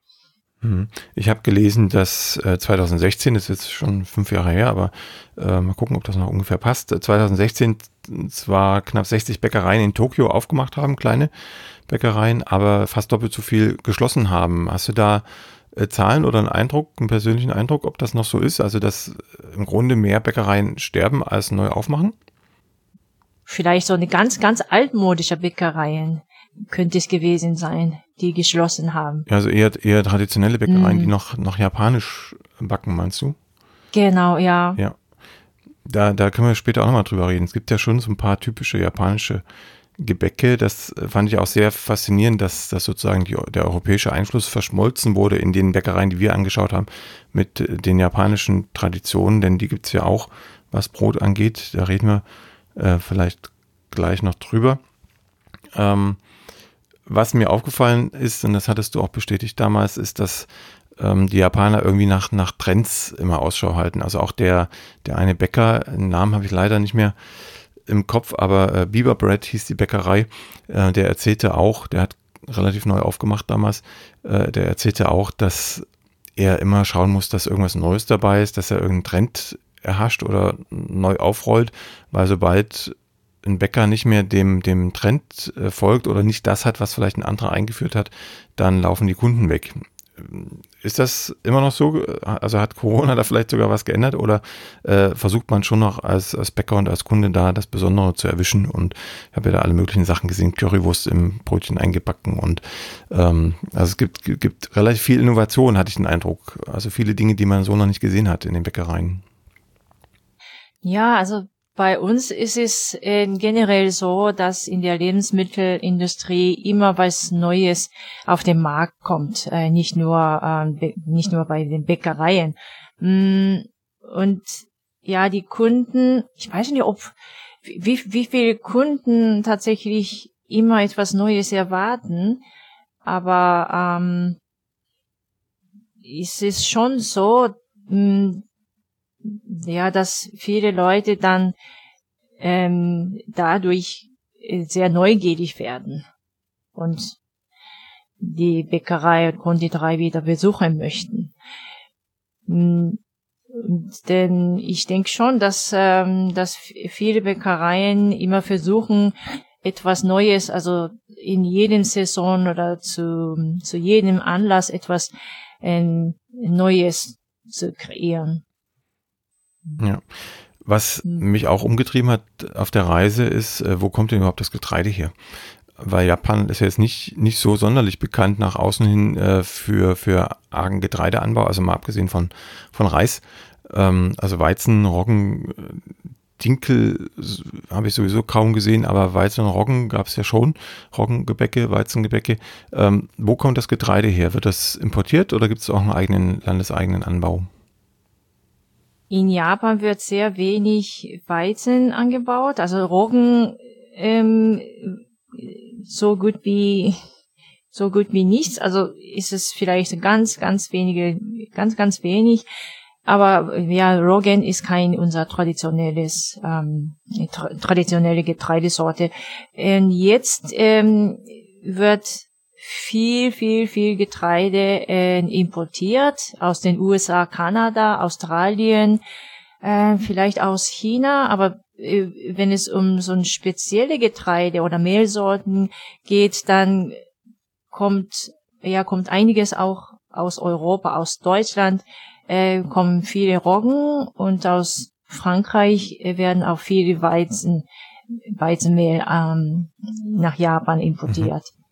Ich habe gelesen, dass äh, zwanzig sechzehn, das ist jetzt schon fünf Jahre her, aber äh, mal gucken, ob das noch ungefähr passt, zwanzig sechzehn zwar knapp sechzig Bäckereien in Tokio aufgemacht haben, kleine Bäckereien, aber fast doppelt so viel geschlossen haben. Hast du da äh, Zahlen oder einen Eindruck, einen persönlichen Eindruck, ob das noch so ist? Also, dass im Grunde mehr Bäckereien sterben als neu aufmachen? Vielleicht so eine ganz, ganz altmodische Bäckereien könnte es gewesen sein, die geschlossen haben. Also eher, eher traditionelle Bäckereien, mm. die noch, noch japanisch backen, meinst du? Genau, ja. Ja. Da, da können wir später auch nochmal drüber reden. Es gibt ja schon so ein paar typische japanische Gebäcke. Das fand ich auch sehr faszinierend, dass, dass sozusagen die, der europäische Einfluss verschmolzen wurde in den Bäckereien, die wir angeschaut haben, mit den japanischen Traditionen, denn die gibt's ja auch, was Brot angeht. Da reden wir äh, vielleicht gleich noch drüber. Ähm, was mir aufgefallen ist, und das hattest du auch bestätigt damals, ist, dass ähm, die Japaner irgendwie nach, nach Trends immer Ausschau halten. Also auch der, der eine Bäcker, den Namen habe ich leider nicht mehr im Kopf, aber äh, Biber Bread hieß die Bäckerei, äh, der erzählte auch, der hat relativ neu aufgemacht damals, äh, der erzählte auch, dass er immer schauen muss, dass irgendwas Neues dabei ist, dass er irgendeinen Trend erhascht oder neu aufrollt, weil sobald ein Bäcker nicht mehr dem, dem Trend äh, folgt oder nicht das hat, was vielleicht ein anderer eingeführt hat, dann laufen die Kunden weg. Ist das immer noch so? Also hat Corona da vielleicht sogar was geändert oder äh, versucht man schon noch als, als Bäcker und als Kunde da das Besondere zu erwischen? Und ich habe ja da alle möglichen Sachen gesehen, Currywurst im Brötchen eingebacken und ähm, also es gibt, gibt relativ viel Innovation, hatte ich den Eindruck. Also viele Dinge, die man so noch nicht gesehen hat in den Bäckereien. Ja, also bei uns ist es äh, generell so, dass in der Lebensmittelindustrie immer was Neues auf den Markt kommt, äh, nicht nur äh, nicht nur bei den Bäckereien. Mm, und ja, die Kunden, ich weiß nicht, ob wie wie viele Kunden tatsächlich immer etwas Neues erwarten, aber ähm, es ist schon so, mh, ja, dass viele Leute dann ähm, dadurch sehr neugierig werden und die Bäckerei und Konditorei wieder besuchen möchten. Und denn ich denke schon, dass ähm, dass viele Bäckereien immer versuchen, etwas Neues, also in jedem Saison oder zu zu jedem Anlass etwas ähm, Neues zu kreieren. Ja. Was mich auch umgetrieben hat auf der Reise ist, äh, wo kommt denn überhaupt das Getreide her? Weil Japan ist ja jetzt nicht, nicht so sonderlich bekannt nach außen hin äh, für, für argen Getreideanbau, also mal abgesehen von, von Reis. Ähm, also Weizen, Roggen, Dinkel habe ich sowieso kaum gesehen, aber Weizen und Roggen gab es ja schon. Roggengebäcke, Weizengebäcke. Ähm, wo kommt das Getreide her? Wird das importiert oder gibt es auch einen eigenen, landeseigenen Anbau? In Japan wird sehr wenig Weizen angebaut, also Roggen ähm, so gut wie so gut wie nichts. Also ist es vielleicht ganz, ganz wenige, ganz, ganz wenig. Aber ja, Roggen ist kein unser traditionelles ähm, tra traditionelle Getreidesorte. Und jetzt ähm, wird viel, viel, viel Getreide äh, importiert aus den U S A, Kanada, Australien, äh, vielleicht aus China, aber äh, wenn es um so ein spezielle Getreide oder Mehlsorten geht, dann kommt, ja, kommt einiges auch aus Europa, aus Deutschland, äh, kommen viele Roggen und aus Frankreich äh, werden auch viele Weizen, Weizenmehl ähm, nach Japan importiert. Mhm.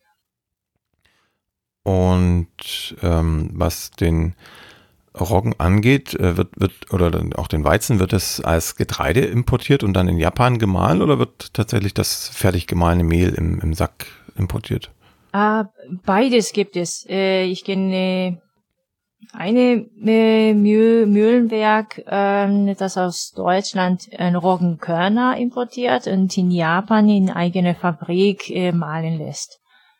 Und ähm, was den Roggen angeht, äh, wird, wird, oder auch den Weizen, wird das als Getreide importiert und dann in Japan gemahlen oder wird tatsächlich das fertig gemahlene Mehl im, im Sack importiert? Ah, beides gibt es. Äh, ich kenne eine äh, Mühl, Mühlenwerk, äh, das aus Deutschland äh, Roggenkörner importiert und in Japan in eigene Fabrik äh, mahlen lässt.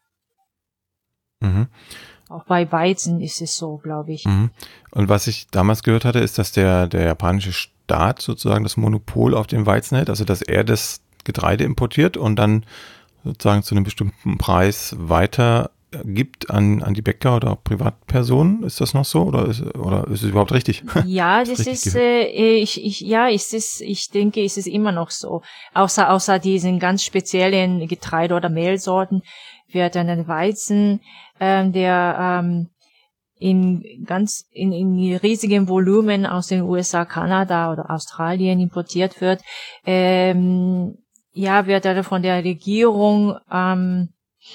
Mhm. Auch bei Weizen ist es so, glaube ich. Mhm. Und was ich damals gehört hatte, ist, dass der, der japanische Staat sozusagen das Monopol auf den Weizen hält, also dass er das Getreide importiert und dann sozusagen zu einem bestimmten Preis weiter gibt an, an die Bäcker oder auch Privatpersonen. Ist das noch so oder ist, oder ist es überhaupt richtig? Ja, das ist, äh, ich, ich, ja, ist es, ich denke, ist es immer noch so. Außer, außer diesen ganz speziellen Getreide- oder Mehlsorten wird dann ein Weizen, ähm, der, ähm, in ganz, in, in riesigem Volumen aus den U S A, Kanada oder Australien importiert wird, ähm, ja, wird dann von der Regierung, ähm,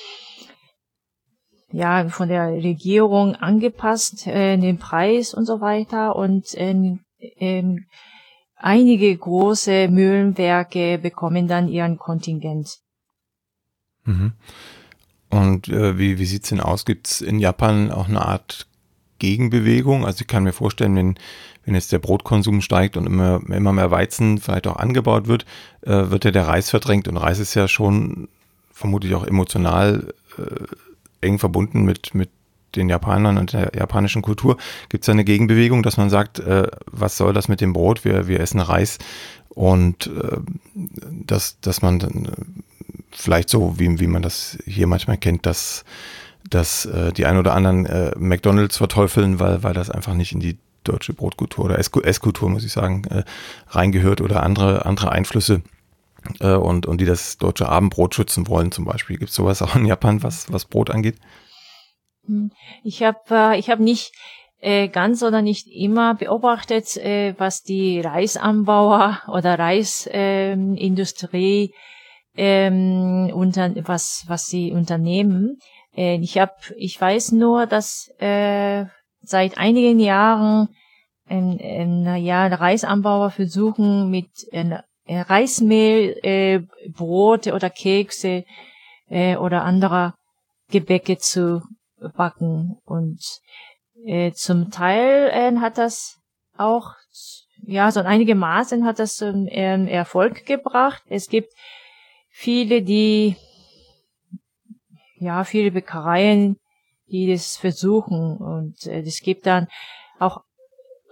ja, von der Regierung angepasst, äh, den Preis und so weiter. Und äh, äh, einige große Mühlenwerke bekommen dann ihren Kontingent. Mhm. Und äh, wie, wie sieht's denn aus? Gibt's in Japan auch eine Art Gegenbewegung? Also ich kann mir vorstellen, wenn, wenn jetzt der Brotkonsum steigt und immer, immer mehr Weizen vielleicht auch angebaut wird, äh, wird ja der Reis verdrängt. Und Reis ist ja schon vermutlich auch emotional äh, eng verbunden mit, mit den Japanern und der japanischen Kultur. Gibt es da eine Gegenbewegung, dass man sagt, äh, was soll das mit dem Brot? Wir, wir essen Reis und äh, dass, dass man dann vielleicht so, wie, wie man das hier manchmal kennt, dass, dass äh, die ein oder anderen äh, McDonalds verteufeln, weil, weil das einfach nicht in die deutsche Brotkultur oder Esskultur, muss ich sagen, äh, reingehört oder andere, andere Einflüsse. Und, und die das deutsche Abendbrot schützen wollen zum Beispiel. Gibt es sowas auch in Japan, was, was Brot angeht? Ich habe äh, ich hab nicht äh, ganz oder nicht immer beobachtet, äh, was die Reisanbauer oder Reisindustrie ähm, unter was was sie unternehmen. Äh, ich habe ich weiß nur, dass äh, seit einigen Jahren ein, ein, ja, Reisanbauer versuchen mit äh, Reismehl, äh, Brote oder Kekse äh, oder anderer Gebäcke zu backen. Und äh, zum Teil äh, hat das auch, ja, so in einigem Maßen hat das ähm, Erfolg gebracht. Es gibt viele, die, ja, viele Bäckereien, die das versuchen. Und äh, es gibt dann auch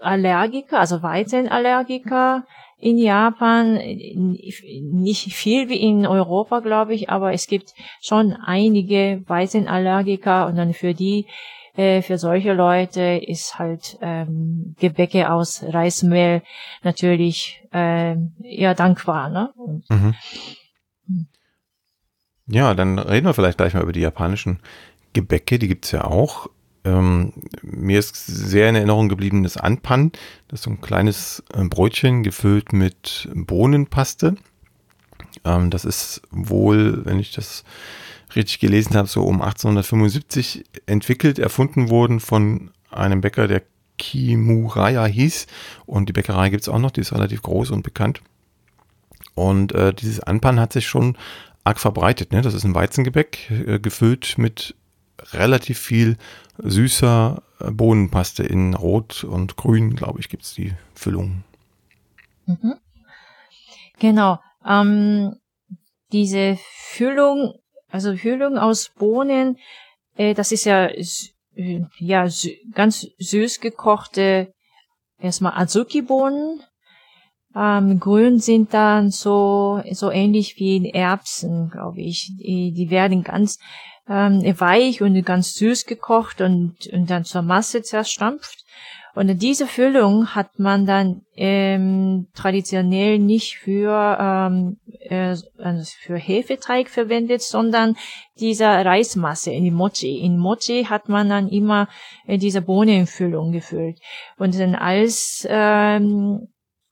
Allergiker, also Weizenallergiker in Japan. Nicht viel wie in Europa, glaube ich, aber es gibt schon einige Weizenallergiker und dann für die, äh, für solche Leute ist halt ähm, Gebäcke aus Reismehl natürlich äh, eher dankbar, ne? Und, mhm. Ja, dann reden wir vielleicht gleich mal über die japanischen Gebäcke, die gibt's ja auch. Ähm, mir ist sehr in Erinnerung geblieben das Anpan. Das ist so ein kleines äh, Brötchen gefüllt mit Bohnenpaste. Ähm, das ist wohl, wenn ich das richtig gelesen habe, so um achtzehnhundertfünfundsiebzig entwickelt, erfunden worden von einem Bäcker, der Kimuraya hieß. Und die Bäckerei gibt's auch noch, die ist relativ groß und bekannt. Und äh, dieses Anpan hat sich schon arg verbreitet. Ne? Das ist ein Weizengebäck, äh, gefüllt mit relativ viel süßer Bohnenpaste in Rot und Grün, glaube ich, gibt's die Füllung. Mhm. Genau. Ähm, diese Füllung, also Füllung aus Bohnen, äh, das ist ja äh, ja sü- ganz süß gekochte erstmal Azuki-Bohnen. Ähm, grün sind dann so so ähnlich wie in Erbsen, glaube ich. Die, die werden ganz ähm, weich und ganz süß gekocht und, und dann zur Masse zerstampft. Und diese Füllung hat man dann ähm, traditionell nicht für ähm, äh, also für Hefeteig verwendet, sondern dieser Reismasse in die Mochi. In Mochi hat man dann immer äh, diese Bohnenfüllung gefüllt. Und dann als ähm,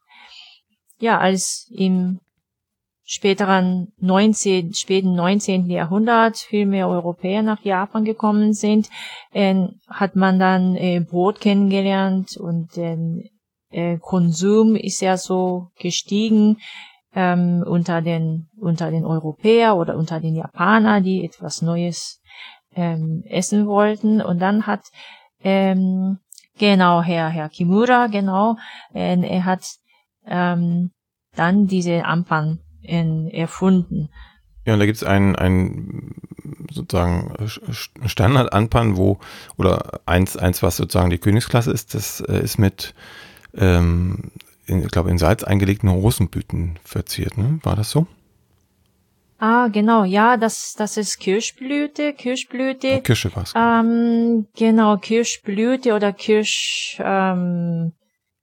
ja als im späteren neunzehnten, späten neunzehnten Jahrhundert viel mehr Europäer nach Japan gekommen sind, äh, hat man dann äh, Brot kennengelernt und der äh, Konsum ist ja so gestiegen ähm, unter den unter den Europäer oder unter den Japaner, die etwas Neues ähm, essen wollten. Und dann hat ähm, genau Herr Herr Kimura genau äh, er hat ähm, dann diese Anpan in, erfunden. Ja, und da gibt's ein, ein sozusagen Standard-Anpan, wo, oder eins, eins, was sozusagen die Königsklasse ist, das ist mit, ähm, in, ich glaube, in Salz eingelegten Rosenblüten verziert, ne? War das so? Ah, genau, ja, das, das ist Kirschblüte, Kirschblüte. Ja, Kirsche war's. Ähm, genau, Kirschblüte oder Kirsch, ähm,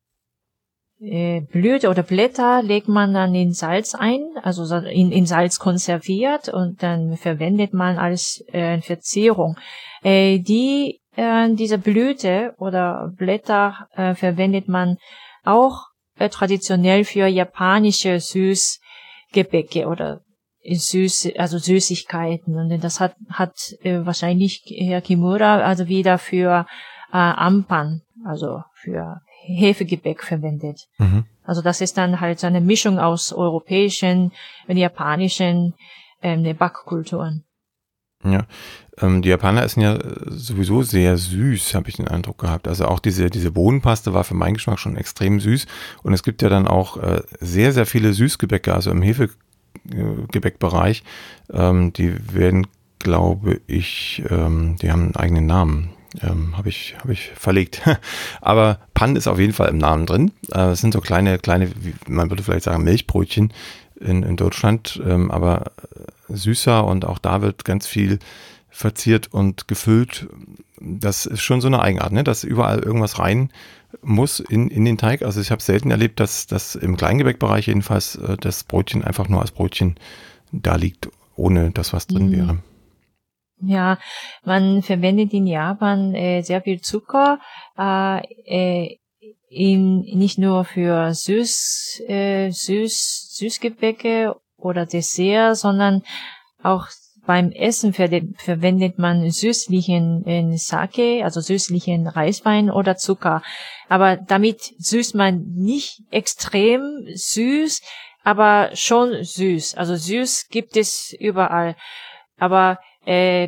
Äh, Blüte oder Blätter legt man dann in Salz ein, also in, in Salz konserviert und dann verwendet man als äh, Verzehrung. Äh, die äh, diese Blüte oder Blätter äh, verwendet man auch äh, traditionell für japanische Süßgebäcke oder süß, also Süßigkeiten. Und das hat hat äh, wahrscheinlich Herr Kimura also wieder für äh, Anpan, also für Hefegebäck verwendet. Mhm. Also das ist dann halt so eine Mischung aus europäischen und japanischen ähm, Backkulturen. Ja, ähm, die Japaner essen ja sowieso sehr süß, habe ich den Eindruck gehabt. Also auch diese diese Bohnenpaste war für meinen Geschmack schon extrem süß. Und es gibt ja dann auch äh, sehr, sehr viele Süßgebäcke, also im Hefegebäckbereich. Ähm, die werden, glaube ich, ähm, die haben einen eigenen Namen. Ähm, habe ich, habe ich verlegt. Aber Pan ist auf jeden Fall im Namen drin. Äh, es sind so kleine, kleine, wie man würde vielleicht sagen, Milchbrötchen in, in Deutschland, ähm, aber süßer und auch da wird ganz viel verziert und gefüllt. Das ist schon so eine Eigenart, ne? Dass überall irgendwas rein muss in, in den Teig. Also ich habe selten erlebt, dass, dass im Kleingebäckbereich jedenfalls äh, das Brötchen einfach nur als Brötchen da liegt, ohne dass was drin Mhm. wäre. Ja, man verwendet in Japan äh, sehr viel Zucker, äh, äh, in, nicht nur für Süß, äh, Süß, Süßgebäcke oder Dessert, sondern auch beim Essen ver verwendet man süßlichen äh, Sake, also süßlichen Reiswein oder Zucker. Aber damit süßt man nicht extrem süß, aber schon süß. Also süß gibt es überall. Aber Äh,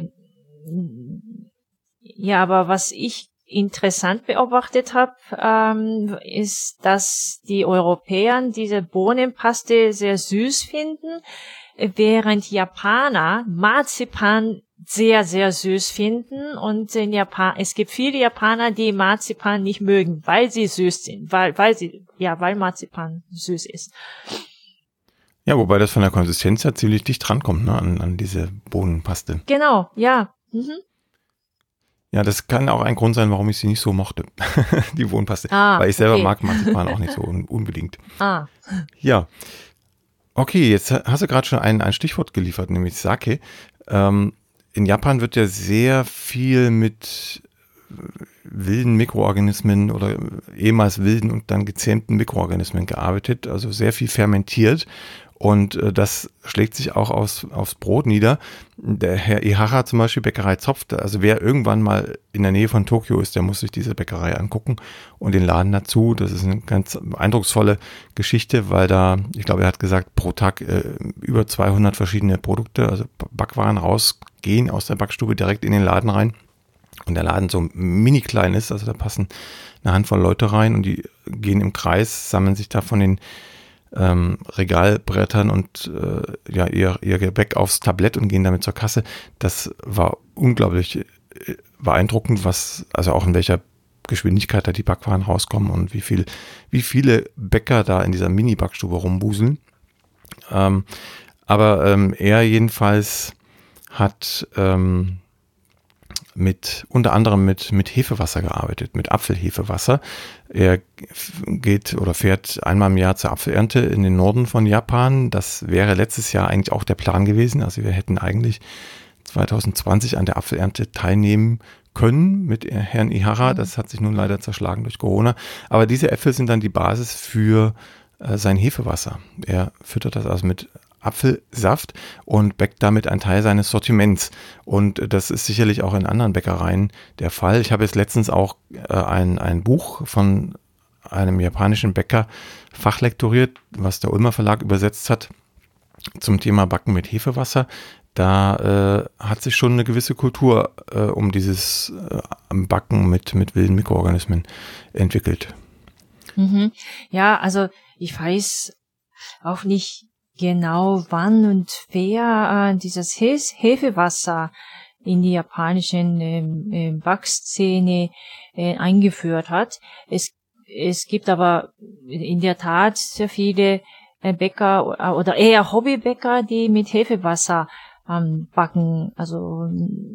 ja, aber was ich interessant beobachtet habe, ähm, ist, dass die Europäer diese Bohnenpaste sehr süß finden, während Japaner Marzipan sehr, sehr süß finden. Und in Japan, es gibt viele Japaner, die Marzipan nicht mögen, weil sie süß sind, weil, weil sie, ja, weil Marzipan süß ist. Ja, wobei das von der Konsistenz ja ziemlich dicht drankommt, ne, an, an diese Bohnenpaste. Genau, ja. Mhm. Ja, das kann auch ein Grund sein, warum ich sie nicht so mochte, die Bohnenpaste. Ah, weil ich selber okay. mag Marzipan auch nicht so un- unbedingt. Ah. Ja. Okay, jetzt hast du gerade schon ein, ein Stichwort geliefert, nämlich Sake. Ähm, in Japan wird ja sehr viel mit wilden Mikroorganismen oder ehemals wilden und dann gezähmten Mikroorganismen gearbeitet, also sehr viel fermentiert. Und äh, das schlägt sich auch aus, aufs Brot nieder. Der Herr Ihara zum Beispiel, Bäckerei Zopf, also wer irgendwann mal in der Nähe von Tokio ist, der muss sich diese Bäckerei angucken und den Laden dazu. Das ist eine ganz eindrucksvolle Geschichte, weil da, ich glaube, er hat gesagt, pro Tag äh, über zweihundert verschiedene Produkte, also Backwaren rausgehen aus der Backstube direkt in den Laden rein. Und der Laden so mini klein ist, also da passen eine Handvoll Leute rein und die gehen im Kreis, sammeln sich da von den Ähm, Regalbrettern und äh, ja ihr, ihr Gebäck aufs Tablett und gehen damit zur Kasse. Das war unglaublich äh, beeindruckend, was, also auch in welcher Geschwindigkeit da die Backwaren rauskommen und wie viel, wie viele Bäcker da in dieser Mini-Backstube rumbuseln. Ähm, aber ähm, er jedenfalls hat ähm, mit unter anderem mit mit Hefewasser gearbeitet, mit Apfelhefewasser. Er geht oder fährt einmal im Jahr zur Apfelernte in den Norden von Japan. Das wäre letztes Jahr eigentlich auch der Plan gewesen. Also wir hätten eigentlich zwanzig zwanzig an der Apfelernte teilnehmen können mit Herrn Ihara. Das hat sich nun leider zerschlagen durch Corona. Aber diese Äpfel sind dann die Basis für äh, sein Hefewasser. Er füttert das also mit Apfelsaft und bäckt damit einen Teil seines Sortiments. Und das ist sicherlich auch in anderen Bäckereien der Fall. Ich habe jetzt letztens auch äh, ein, ein Buch von einem japanischen Bäcker fachlektoriert, was der Ulmer Verlag übersetzt hat zum Thema Backen mit Hefewasser. Da äh, hat sich schon eine gewisse Kultur äh, um dieses äh, Backen mit, mit wilden Mikroorganismen entwickelt. Mhm. Ja, also ich weiß auch nicht genau wann und wer äh, dieses He- Hefewasser in die japanischen ähm, äh, Backszene äh, eingeführt hat. Es, es gibt aber in der Tat sehr viele äh, Bäcker äh, oder eher Hobbybäcker, die mit Hefewasser ähm, backen. Also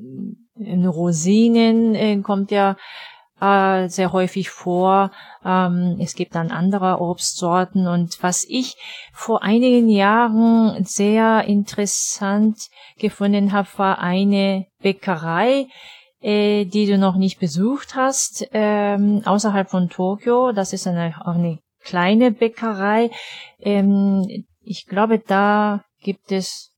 äh, Rosinen äh, kommt ja äh, sehr häufig vor. Ähm, es gibt dann andere Obstsorten. Und was ich vor einigen Jahren sehr interessant gefunden habe, war eine Bäckerei, äh, die du noch nicht besucht hast, ähm, außerhalb von Tokio. Das ist eine, auch eine kleine Bäckerei. Ähm, ich glaube, da gibt es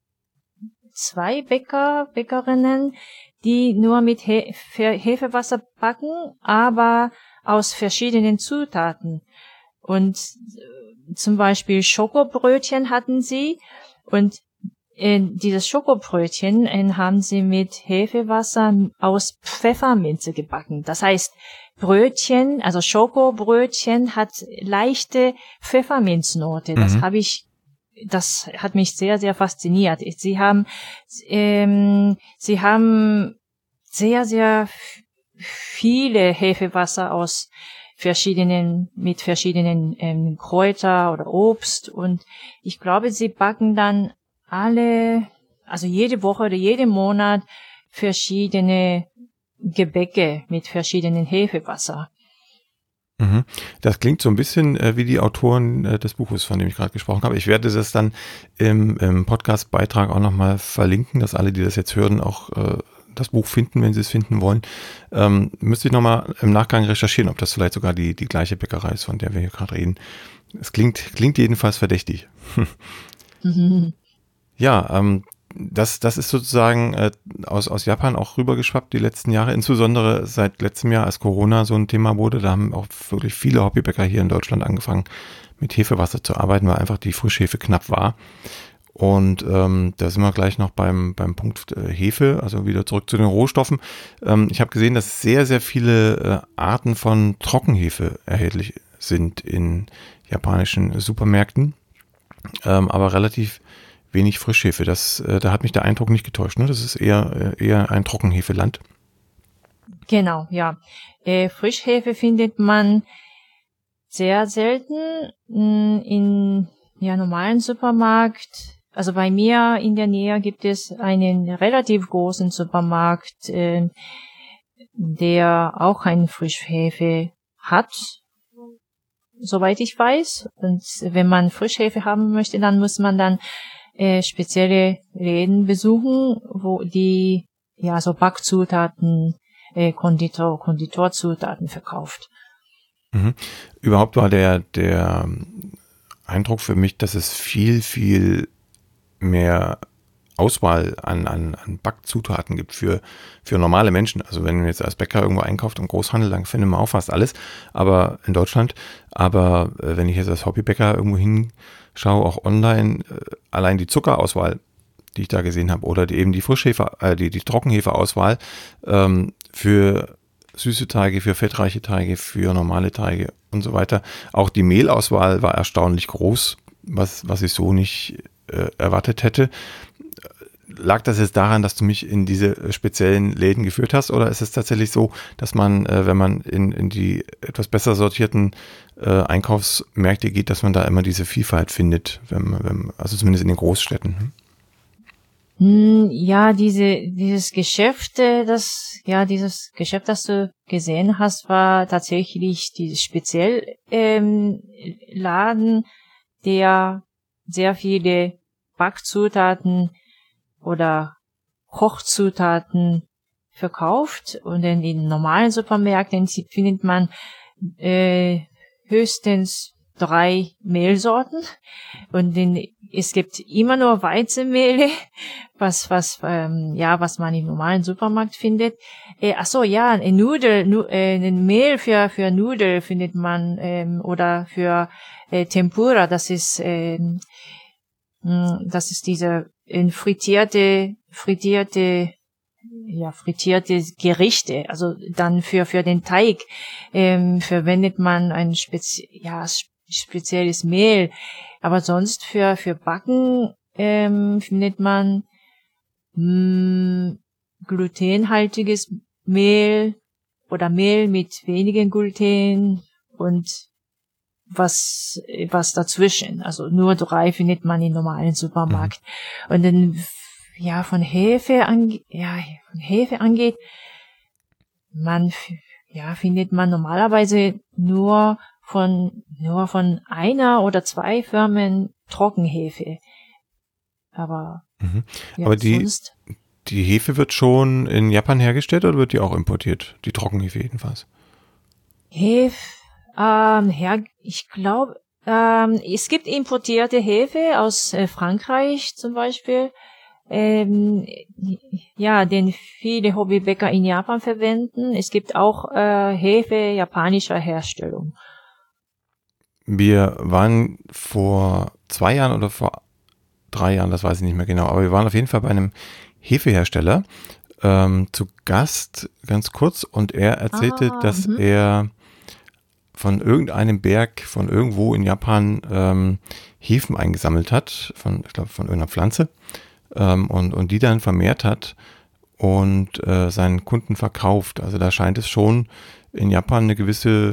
zwei Bäcker, Bäckerinnen, die nur mit He- Hefewasser backen, aber aus verschiedenen Zutaten. Und äh, zum Beispiel Schokobrötchen hatten sie und äh, dieses Schokobrötchen äh, haben sie mit Hefewasser aus Pfefferminze gebacken. Das heißt, Brötchen, also Schokobrötchen hat leichte Pfefferminznote. Das Mhm. habe ich Das hat mich sehr, sehr fasziniert. Sie haben, ähm, sie haben sehr, sehr f- viele Hefewasser aus verschiedenen, mit verschiedenen ähm, Kräuter oder Obst. Und ich glaube, sie backen dann alle, also jede Woche oder jeden Monat verschiedene Gebäcke mit verschiedenen Hefewasser. Mhm. Das klingt so ein bisschen äh, wie die Autoren äh, des Buches, von dem ich gerade gesprochen habe. Ich werde das dann im, im Podcast-Beitrag auch nochmal verlinken, dass alle, die das jetzt hören, auch äh, das Buch finden, wenn sie es finden wollen. Ähm, müsste ich nochmal im Nachgang recherchieren, ob das vielleicht sogar die, die gleiche Bäckerei ist, von der wir hier gerade reden. Es klingt, klingt jedenfalls verdächtig. Mhm. Ja, ähm, das, das ist sozusagen äh, aus, aus Japan auch rübergeschwappt die letzten Jahre, insbesondere seit letztem Jahr, als Corona so ein Thema wurde. Da haben auch wirklich viele Hobbybäcker hier in Deutschland angefangen, mit Hefewasser zu arbeiten, weil einfach die Frischhefe knapp war. Und ähm, da sind wir gleich noch beim, beim Punkt äh, Hefe, also wieder zurück zu den Rohstoffen. Ähm, ich habe gesehen, dass sehr, sehr viele äh, Arten von Trockenhefe erhältlich sind in japanischen Supermärkten, ähm, aber relativ wenig Frischhefe. Das, äh, da hat mich der Eindruck nicht getäuscht. Ne? Das ist eher, äh, eher ein Trockenhefeland. Genau, ja. Äh, Frischhefe findet man sehr selten mh, in ja normalen Supermarkt. Also bei mir in der Nähe gibt es einen relativ großen Supermarkt, äh, der auch einen Frischhefe hat, soweit ich weiß. Und wenn man Frischhefe haben möchte, dann muss man dann äh, spezielle Läden besuchen, wo die ja so Backzutaten, äh, Konditor, Konditorzutaten verkauft. Mhm. Überhaupt war der, der Eindruck für mich, dass es viel, viel mehr Auswahl an, an, an Backzutaten gibt für, für normale Menschen. Also wenn man jetzt als Bäcker irgendwo einkauft im Großhandel, dann findet man auch fast alles, aber in Deutschland. Aber äh, wenn ich jetzt als Hobbybäcker irgendwo hinschaue, auch online, äh, allein die Zuckerauswahl, die ich da gesehen habe, oder die, eben die Frischhefe, äh, die, die Trockenhefeauswahl ähm, für süße Teige, für fettreiche Teige, für normale Teige und so weiter. Auch die Mehlauswahl war erstaunlich groß, was, was ich so nicht äh, erwartet hätte. Lag das jetzt daran, dass du mich in diese speziellen Läden geführt hast, oder ist es tatsächlich so, dass man, äh, wenn man in, in die etwas besser sortierten äh, Einkaufsmärkte geht, dass man da immer diese Vielfalt findet, wenn, wenn, also zumindest in den Großstädten? Hm? Ja, diese, dieses Geschäft, das, ja, dieses Geschäft, das du gesehen hast, war tatsächlich dieses speziell ähm, Laden, der sehr viele Backzutaten oder Kochzutaten verkauft, und in den normalen Supermärkten findet man äh, höchstens drei Mehlsorten, und in, es gibt immer nur Weizenmehle, was was ähm, ja was man im normalen Supermarkt findet. Äh, ach so, ja, ein Nudel, nu, äh, ein Mehl für für Nudel findet man ähm, oder für äh, Tempura. Das ist ähm, das ist diese in frittierte, frittierte, ja, frittierte Gerichte. Also dann für, für den Teig, ähm, verwendet man ein spezi ja, spezielles Mehl. Aber sonst für, für Backen, ähm, findet man, mh, glutenhaltiges Mehl oder Mehl mit wenigen Gluten und was was dazwischen. Also nur drei findet man im normalen Supermarkt. Mhm. Und dann ja von Hefe ange ja von Hefe angeht, man ja findet man normalerweise nur von nur von einer oder zwei Firmen Trockenhefe. Aber mhm. ja, aber die sonst die Hefe wird schon in Japan hergestellt oder wird die auch importiert? Die Trockenhefe jedenfalls. Hefe Ähm, her, ich glaube, ähm, es gibt importierte Hefe aus äh, Frankreich zum Beispiel, ähm, ja, den viele Hobbybäcker in Japan verwenden. Es gibt auch äh, Hefe japanischer Herstellung. Wir waren vor zwei Jahren oder vor drei Jahren, das weiß ich nicht mehr genau, aber wir waren auf jeden Fall bei einem Hefehersteller ähm, zu Gast, ganz kurz, und er erzählte, Ah, dass mhm. er von irgendeinem Berg, von irgendwo in Japan ähm, Hefen eingesammelt hat, von, ich glaube, von irgendeiner Pflanze, ähm, und, und die dann vermehrt hat und äh, seinen Kunden verkauft. Also da scheint es schon in Japan eine gewisse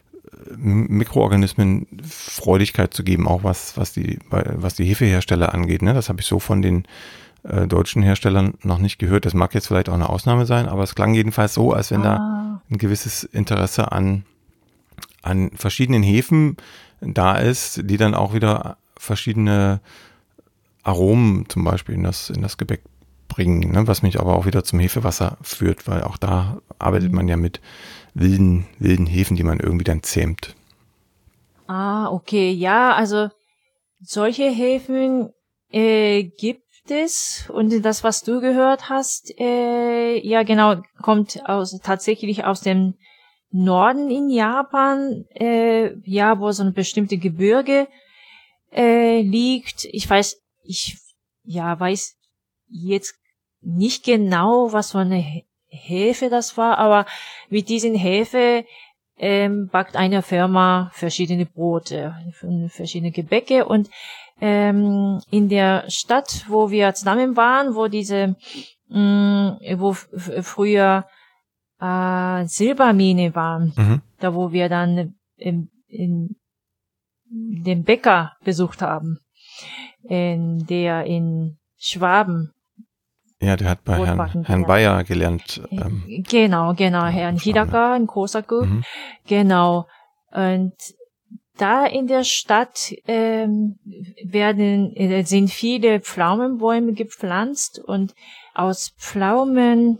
Mikroorganismenfreudigkeit zu geben, auch was, was die, was die Hefehersteller angeht. Ne? Das habe ich so von den äh, deutschen Herstellern noch nicht gehört. Das mag jetzt vielleicht auch eine Ausnahme sein, aber es klang jedenfalls so, als wenn ah. da ein gewisses Interesse an an verschiedenen Hefen da ist, die dann auch wieder verschiedene Aromen zum Beispiel in das, in das Gebäck bringen, ne? Was mich aber auch wieder zum Hefewasser führt, weil auch da arbeitet man ja mit wilden, wilden Hefen, die man irgendwie dann zähmt. Ah, okay, ja, also solche Hefen äh, gibt es, und das, was du gehört hast, äh, ja genau, kommt aus tatsächlich aus dem Norden in Japan, äh, ja, wo so ein bestimmte Gebirge äh, liegt. Ich weiß, ich ja weiß jetzt nicht genau, was für eine Hefe das war, aber mit diesen Hefe ähm, backt eine Firma verschiedene Brote, verschiedene Gebäcke, und ähm, in der Stadt, wo wir zusammen waren, wo diese, mh, wo f- früher äh, Silbermine waren, Mhm. da wo wir dann in, in den Bäcker besucht haben, in der in Schwaben. Ja, der hat bei Herrn, Brotbacken Herrn gelernt. Bayer gelernt. Ähm, Genau, genau, ja, Herrn in Schwaben, Hidaka in Kosaku. mhm. Genau. Und da in der Stadt ähm, werden äh, sind viele Pflaumenbäume gepflanzt und aus Pflaumenblüte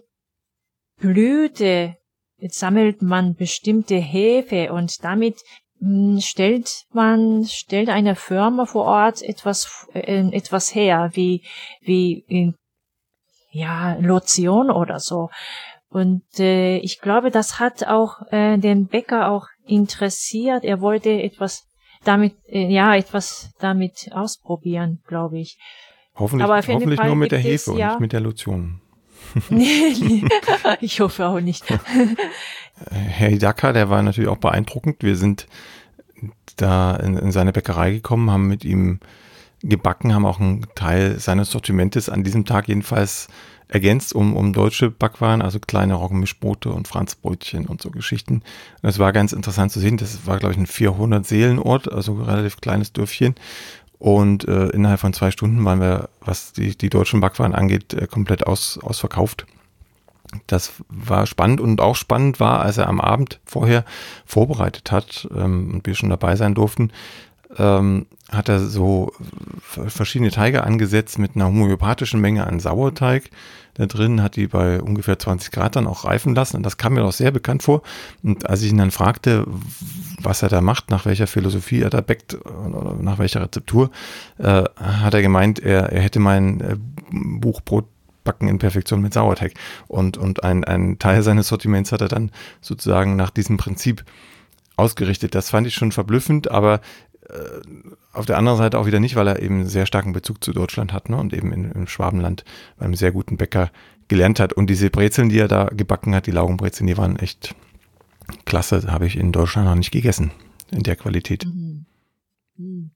sammelt man bestimmte Hefe und damit mh, stellt man stellt eine Firma vor Ort etwas äh, etwas her wie wie in, ja Lotion oder so. Und äh, ich glaube, das hat auch äh, den Bäcker auch interessiert. Er wollte etwas damit, äh, ja, etwas damit ausprobieren, glaube ich. Hoffentlich, Aber auf jeden hoffentlich Fall nur mit der gibt es, Hefe und ja- nicht mit der Lotion. Nee, nee. Ich hoffe auch nicht. Herr Hidaka, der war natürlich auch beeindruckend. Wir sind da in, in seine Bäckerei gekommen, haben mit ihm gebacken, haben auch einen Teil seines Sortimentes an diesem Tag jedenfalls ergänzt um, um deutsche Backwaren, also kleine Roggenmischbrote und Franzbrötchen und so Geschichten. Das war ganz interessant zu sehen. Das war, glaube ich, ein vierhundert-Seelen-Ort, also ein relativ kleines Dörfchen. Und äh, innerhalb von zwei Stunden waren wir, was die, die deutschen Backwaren angeht, äh, komplett aus, ausverkauft. Das war spannend und auch spannend war, als er am Abend vorher vorbereitet hat ähm, und wir schon dabei sein durften, ähm, hat er so verschiedene Teige angesetzt mit einer homöopathischen Menge an Sauerteig. Da drin hat die bei ungefähr zwanzig Grad dann auch reifen lassen und das kam mir auch sehr bekannt vor. Und als ich ihn dann fragte, was er da macht, nach welcher Philosophie er da backt oder nach welcher Rezeptur, äh, hat er gemeint, er, er hätte mein äh, Buch Brotbacken in Perfektion mit Sauerteig. Und, und ein, ein Teil seines Sortiments hat er dann sozusagen nach diesem Prinzip ausgerichtet. Das fand ich schon verblüffend, aber auf der anderen Seite auch wieder nicht, weil er eben einen sehr starken Bezug zu Deutschland hat, ne, und eben in, im Schwabenland bei einem sehr guten Bäcker gelernt hat. Und diese Brezeln, die er da gebacken hat, die Laugenbrezeln, die waren echt klasse. Habe ich in Deutschland noch nicht gegessen in der Qualität. Mhm. Mhm.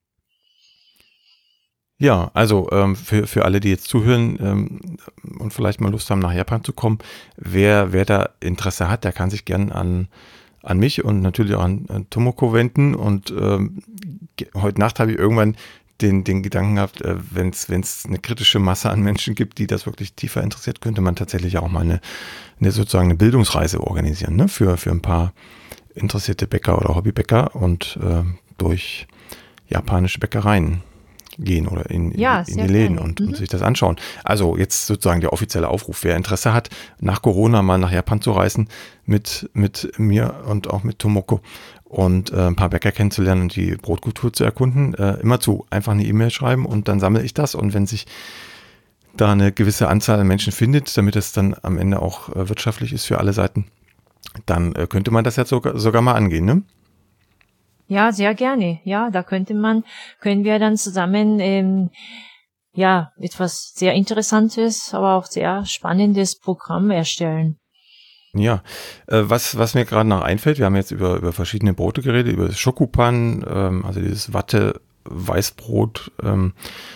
Ja, also ähm, für, für alle, die jetzt zuhören ähm, und vielleicht mal Lust haben, nach Japan zu kommen, wer, wer da Interesse hat, der kann sich gern an an mich und natürlich auch an, an Tomoko wenden. Und ähm, ge- heute Nacht habe ich irgendwann den, den Gedanken gehabt, äh, wenn es eine kritische Masse an Menschen gibt, die das wirklich tiefer interessiert, könnte man tatsächlich auch mal eine, eine sozusagen eine Bildungsreise organisieren, ne? für, für ein paar interessierte Bäcker oder Hobbybäcker und äh, durch japanische Bäckereien gehen oder in, in, Ja, in sehr die Läden gerne. und, Mhm. und sich das anschauen. Also jetzt sozusagen der offizielle Aufruf, wer Interesse hat, nach Corona mal nach Japan zu reisen mit, mit mir und auch mit Tomoko und äh, ein paar Bäcker kennenzulernen und die Brotkultur zu erkunden, äh, immer zu. Einfach eine E-Mail schreiben und dann sammle ich das und wenn sich da eine gewisse Anzahl an Menschen findet, damit es dann am Ende auch äh, wirtschaftlich ist für alle Seiten, dann äh, könnte man das jetzt sogar, sogar mal angehen, ne? Ja, sehr gerne. Ja, da könnte man, können wir dann zusammen, ähm, ja, etwas sehr Interessantes, aber auch sehr spannendes Programm erstellen. Ja, äh, was, was mir gerade noch einfällt, wir haben jetzt über, über verschiedene Brote geredet, über das Schokupan, ähm, also dieses Watte-Weißbrot, ähm,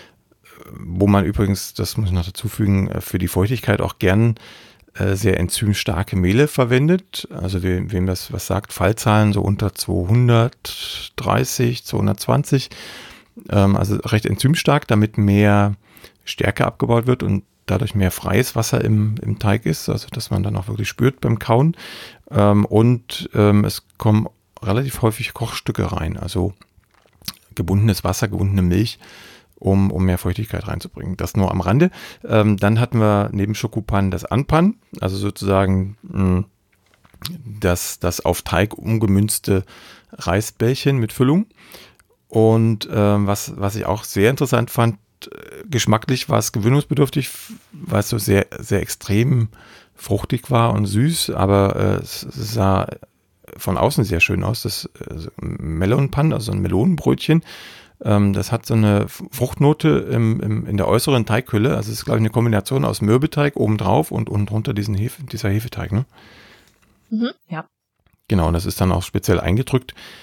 wo man übrigens, das muss ich noch dazu fügen, äh, für die Feuchtigkeit auch gern äh, sehr enzymstarke Mehle verwendet. Also we, wem das was sagt, Fallzahlen so unter zweihundertdreißig, zweihundertzwanzig, ähm, also recht enzymstark, damit mehr Stärke abgebaut wird und dadurch mehr freies Wasser im, im Teig ist, also dass man dann auch wirklich spürt beim Kauen. Ähm, und ähm, es kommen relativ häufig Kochstücke rein, also gebundenes Wasser, gebundene Milch, um, um mehr Feuchtigkeit reinzubringen. Das nur am Rande. Ähm, dann hatten wir neben Schokupan das Anpan, also sozusagen mh, das, das auf Teig umgemünzte Reisbällchen mit Füllung. Und ähm, was, was ich auch sehr interessant fand, geschmacklich war es gewöhnungsbedürftig, weil es so sehr, sehr extrem fruchtig war und süß, aber äh, es sah von außen sehr schön aus. Das äh, Melonpan, also ein Melonenbrötchen, ähm, das hat so eine Fruchtnote im, im, in der äußeren Teighülle. Also es ist, glaube ich, eine Kombination aus Mürbeteig obendrauf und unten drunter diesen Hefe, dieser Hefeteig, ne? Mhm. Ja. Genau, und das ist dann auch speziell eingedrückt.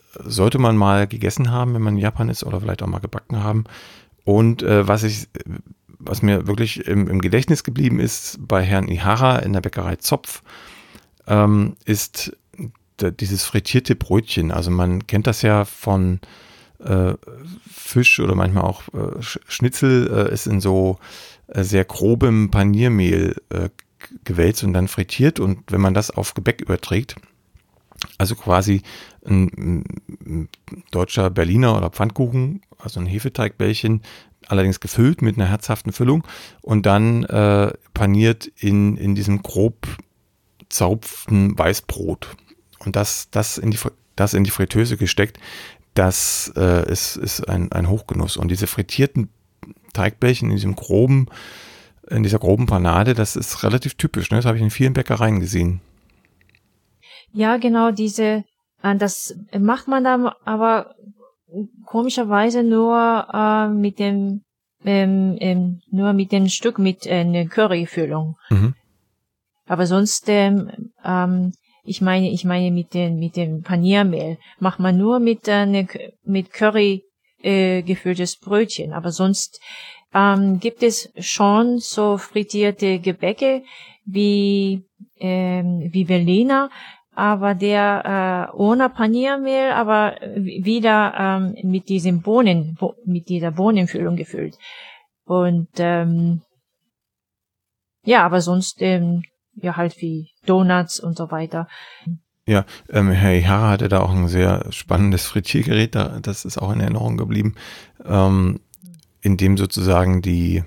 sollte man mal gegessen haben, wenn man in Japan ist oder vielleicht auch mal gebacken haben. Und äh, was ich, was mir wirklich im, im Gedächtnis geblieben ist bei Herrn Ihara in der Bäckerei Zopf, ähm, ist d- dieses frittierte Brötchen. Also man kennt das ja von äh, Fisch oder manchmal auch äh, Sch- Schnitzel äh, ist in so äh, sehr grobem Paniermehl äh, g- gewälzt und dann frittiert. Und wenn man das auf Gebäck überträgt, also quasi ein, ein deutscher Berliner oder Pfannkuchen, also ein Hefeteigbällchen, allerdings gefüllt mit einer herzhaften Füllung und dann äh, paniert in, in diesem grob zerrupften Weißbrot. Und das, das, in, die, das in die Fritteuse gesteckt, das äh, ist, ist ein, ein Hochgenuss. Und diese frittierten Teigbällchen in diesem groben, in dieser groben Panade, das ist relativ typisch. Ne? Das habe ich in vielen Bäckereien gesehen. Ja, genau, diese, äh, das macht man dann aber komischerweise nur äh, mit dem, ähm, ähm, nur mit dem Stück mit äh, einer Curryfüllung. Mhm. Aber sonst, ähm, ähm, ich meine, ich meine mit dem mit dem Paniermehl macht man nur mit äh, ne, mit Curry äh, gefülltes Brötchen. Aber sonst ähm, gibt es schon so frittierte Gebäcke wie ähm, wie Berliner, aber der äh, ohne Paniermehl, aber wieder ähm, mit diesem Bohnen, bo- mit dieser Bohnenfüllung gefüllt. Und ähm, ja, aber sonst ähm, ja halt wie Donuts und so weiter. Ja, ähm, Herr Ihara hatte da auch ein sehr spannendes Frittiergerät, da, das ist auch in Erinnerung geblieben, ähm, in dem sozusagen die,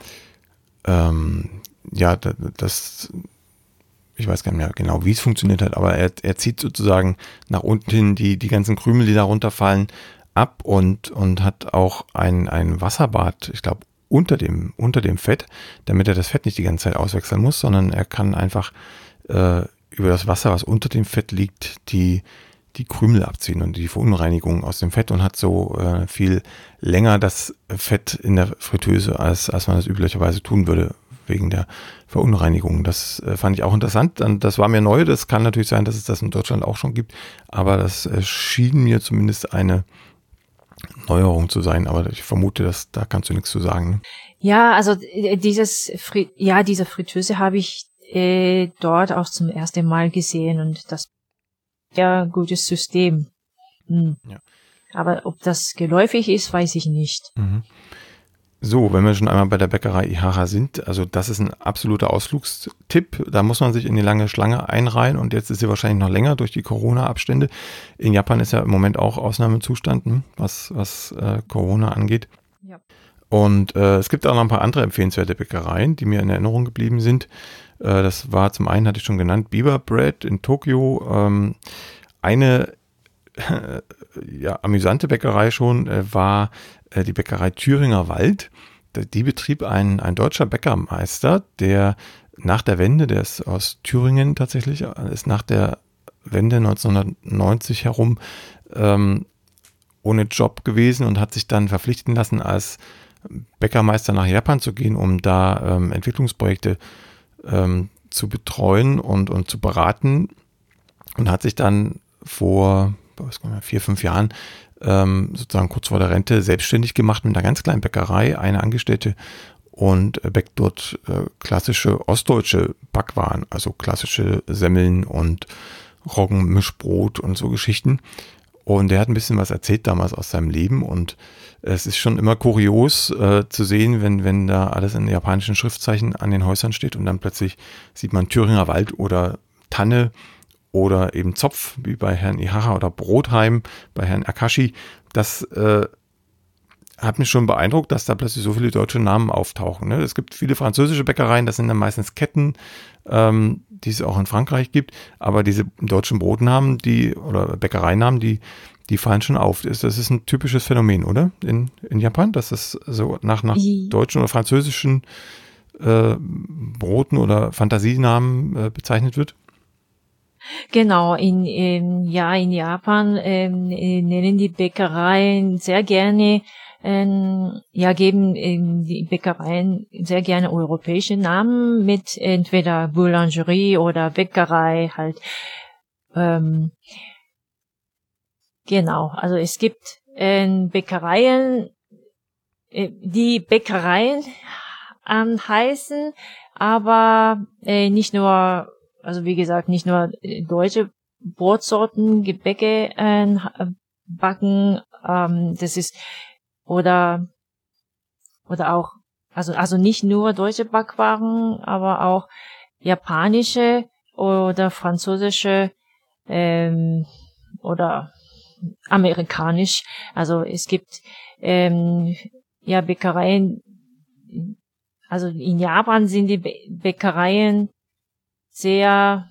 ähm, ja, da- das, ich weiß gar nicht mehr genau, wie es funktioniert hat, aber er, er zieht sozusagen nach unten hin die, die ganzen Krümel, die da runterfallen, ab und, und hat auch ein, ein Wasserbad, ich glaube, unter dem, unter dem Fett, damit er das Fett nicht die ganze Zeit auswechseln muss, sondern er kann einfach äh, über das Wasser, was unter dem Fett liegt, die, die Krümel abziehen und die Verunreinigungen aus dem Fett und hat so äh, viel länger das Fett in der Fritteuse, als, als man das üblicherweise tun würde, wegen der Verunreinigung. Das äh, fand ich auch interessant. Und das war mir neu. Das kann natürlich sein, dass es das in Deutschland auch schon gibt, aber das äh, schien mir zumindest eine Neuerung zu sein. Aber ich vermute, dass da kannst du nichts zu sagen. Ne? Ja, also äh, dieses Fri- ja, diese Fritteuse habe ich äh, dort auch zum ersten Mal gesehen und das ja gutes System. Hm. Ja. Aber ob das geläufig ist, weiß ich nicht. Mhm. So, wenn wir schon einmal bei der Bäckerei Ihara sind, also das ist ein absoluter Ausflugstipp. Da muss man sich in die lange Schlange einreihen und jetzt ist sie wahrscheinlich noch länger durch die Corona-Abstände. In Japan ist ja im Moment auch Ausnahmezustand, hm, was, was äh, Corona angeht. Ja. Und äh, es gibt auch noch ein paar andere empfehlenswerte Bäckereien, die mir in Erinnerung geblieben sind. Äh, das war zum einen, hatte ich schon genannt, Biba Bread in Tokio. Ähm, eine äh, ja, amüsante Bäckerei schon äh, war äh, die Bäckerei Thüringer Wald. Die betrieb ein, ein deutscher Bäckermeister, der nach der Wende, der ist aus Thüringen tatsächlich, ist nach der Wende neunzehnhundertneunzig herum ähm, ohne Job gewesen und hat sich dann verpflichten lassen, als Bäckermeister nach Japan zu gehen, um da ähm, Entwicklungsprojekte ähm, zu betreuen und, und zu beraten und hat sich dann vor vier, fünf Jahren ähm, sozusagen kurz vor der Rente selbstständig gemacht mit einer ganz kleinen Bäckerei, eine Angestellte und bäckt dort äh, klassische ostdeutsche Backwaren, also klassische Semmeln und Roggenmischbrot und so Geschichten. Und er hat ein bisschen was erzählt damals aus seinem Leben und es ist schon immer kurios äh, zu sehen, wenn, wenn da alles in japanischen Schriftzeichen an den Häusern steht und dann plötzlich sieht man Thüringer Wald oder Tanne oder eben Zopf, wie bei Herrn Ihara oder Brotheim, bei Herrn Akashi. Das äh, hat mich schon beeindruckt, dass da plötzlich so viele deutsche Namen auftauchen. Ne? Es gibt viele französische Bäckereien, das sind dann meistens Ketten, ähm, die es auch in Frankreich gibt, aber diese deutschen Brotnamen, die oder Bäckereinamen, die, die fallen schon auf. Das ist ein typisches Phänomen, oder? In, in Japan, dass das so nach, nach deutschen oder französischen äh, Broten oder Fantasienamen äh, bezeichnet wird. Genau, in, in ja in Japan ähm, nennen die Bäckereien sehr gerne ähm, ja geben ähm, die Bäckereien sehr gerne europäische Namen mit entweder Boulangerie oder Bäckerei halt. Ähm, Genau, also es gibt äh, Bäckereien, äh, die Bäckereien ähm, heißen, aber äh, nicht nur, also wie gesagt, nicht nur äh, deutsche Brotsorten, Gebäcke äh, backen, ähm, das ist, oder, oder auch, also, also nicht nur deutsche Backwaren, aber auch japanische oder französische, ähm, oder amerikanisch. Also es gibt, ähm, ja, Bäckereien, also in Japan sind die Bäckereien sehr,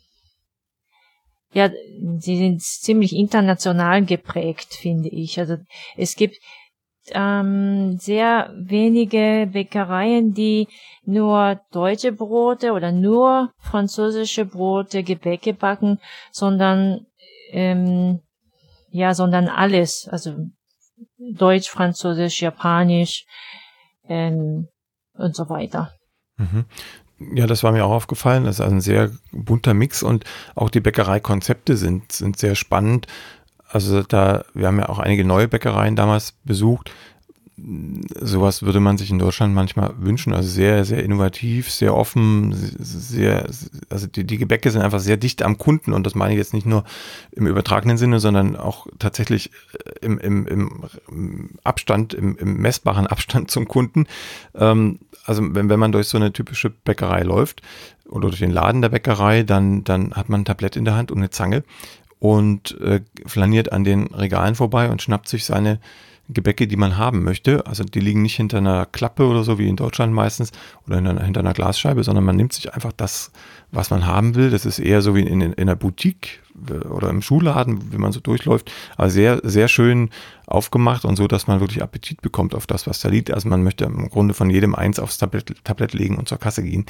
ja, sie sind ziemlich international geprägt, finde ich. Also es gibt ähm, sehr wenige Bäckereien, die nur deutsche Brote oder nur französische Brote, Gebäcke backen, sondern ähm, ja, sondern alles, also Deutsch, Französisch, Japanisch ähm, und so weiter. Mhm. Ja, das war mir auch aufgefallen. Das ist ein sehr bunter Mix und auch die Bäckereikonzepte sind, sind sehr spannend. Also da, wir haben ja auch einige neue Bäckereien damals besucht. Sowas würde man sich in Deutschland manchmal wünschen. Also sehr, sehr innovativ, sehr offen, sehr, also die, die Gebäcke sind einfach sehr dicht am Kunden und das meine ich jetzt nicht nur im übertragenen Sinne, sondern auch tatsächlich im, im, im Abstand, im, im messbaren Abstand zum Kunden. Ähm, also wenn, wenn man durch so eine typische Bäckerei läuft oder durch den Laden der Bäckerei, dann, dann hat man ein Tablett in der Hand und eine Zange und äh, flaniert an den Regalen vorbei und schnappt sich seine Gebäcke, die man haben möchte. Also die liegen nicht hinter einer Klappe oder so wie in Deutschland meistens oder hinter, hinter einer Glasscheibe, sondern man nimmt sich einfach das, was man haben will. Das ist eher so wie in, in, in einer Boutique oder im Schuhladen, wie man so durchläuft. Aber sehr, sehr schön aufgemacht und so, dass man wirklich Appetit bekommt auf das, was da liegt. Also man möchte im Grunde von jedem eins aufs Tablett, Tablett legen und zur Kasse gehen.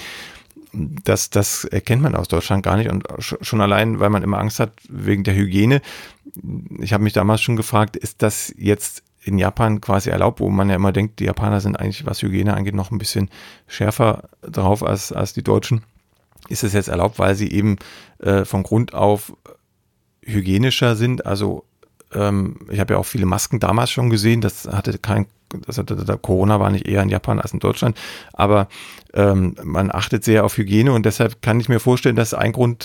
Das, das erkennt man aus Deutschland gar nicht und schon allein, weil man immer Angst hat wegen der Hygiene. Ich habe mich damals schon gefragt, ist das jetzt in Japan quasi erlaubt, wo man ja immer denkt, die Japaner sind eigentlich, was Hygiene angeht, noch ein bisschen schärfer drauf als, als die Deutschen. Ist es jetzt erlaubt, weil sie eben äh, von Grund auf hygienischer sind? Also ähm, ich habe ja auch viele Masken damals schon gesehen, das hatte kein, das hatte, der Corona war nicht eher in Japan als in Deutschland, aber ähm, man achtet sehr auf Hygiene und deshalb kann ich mir vorstellen, dass ein Grund,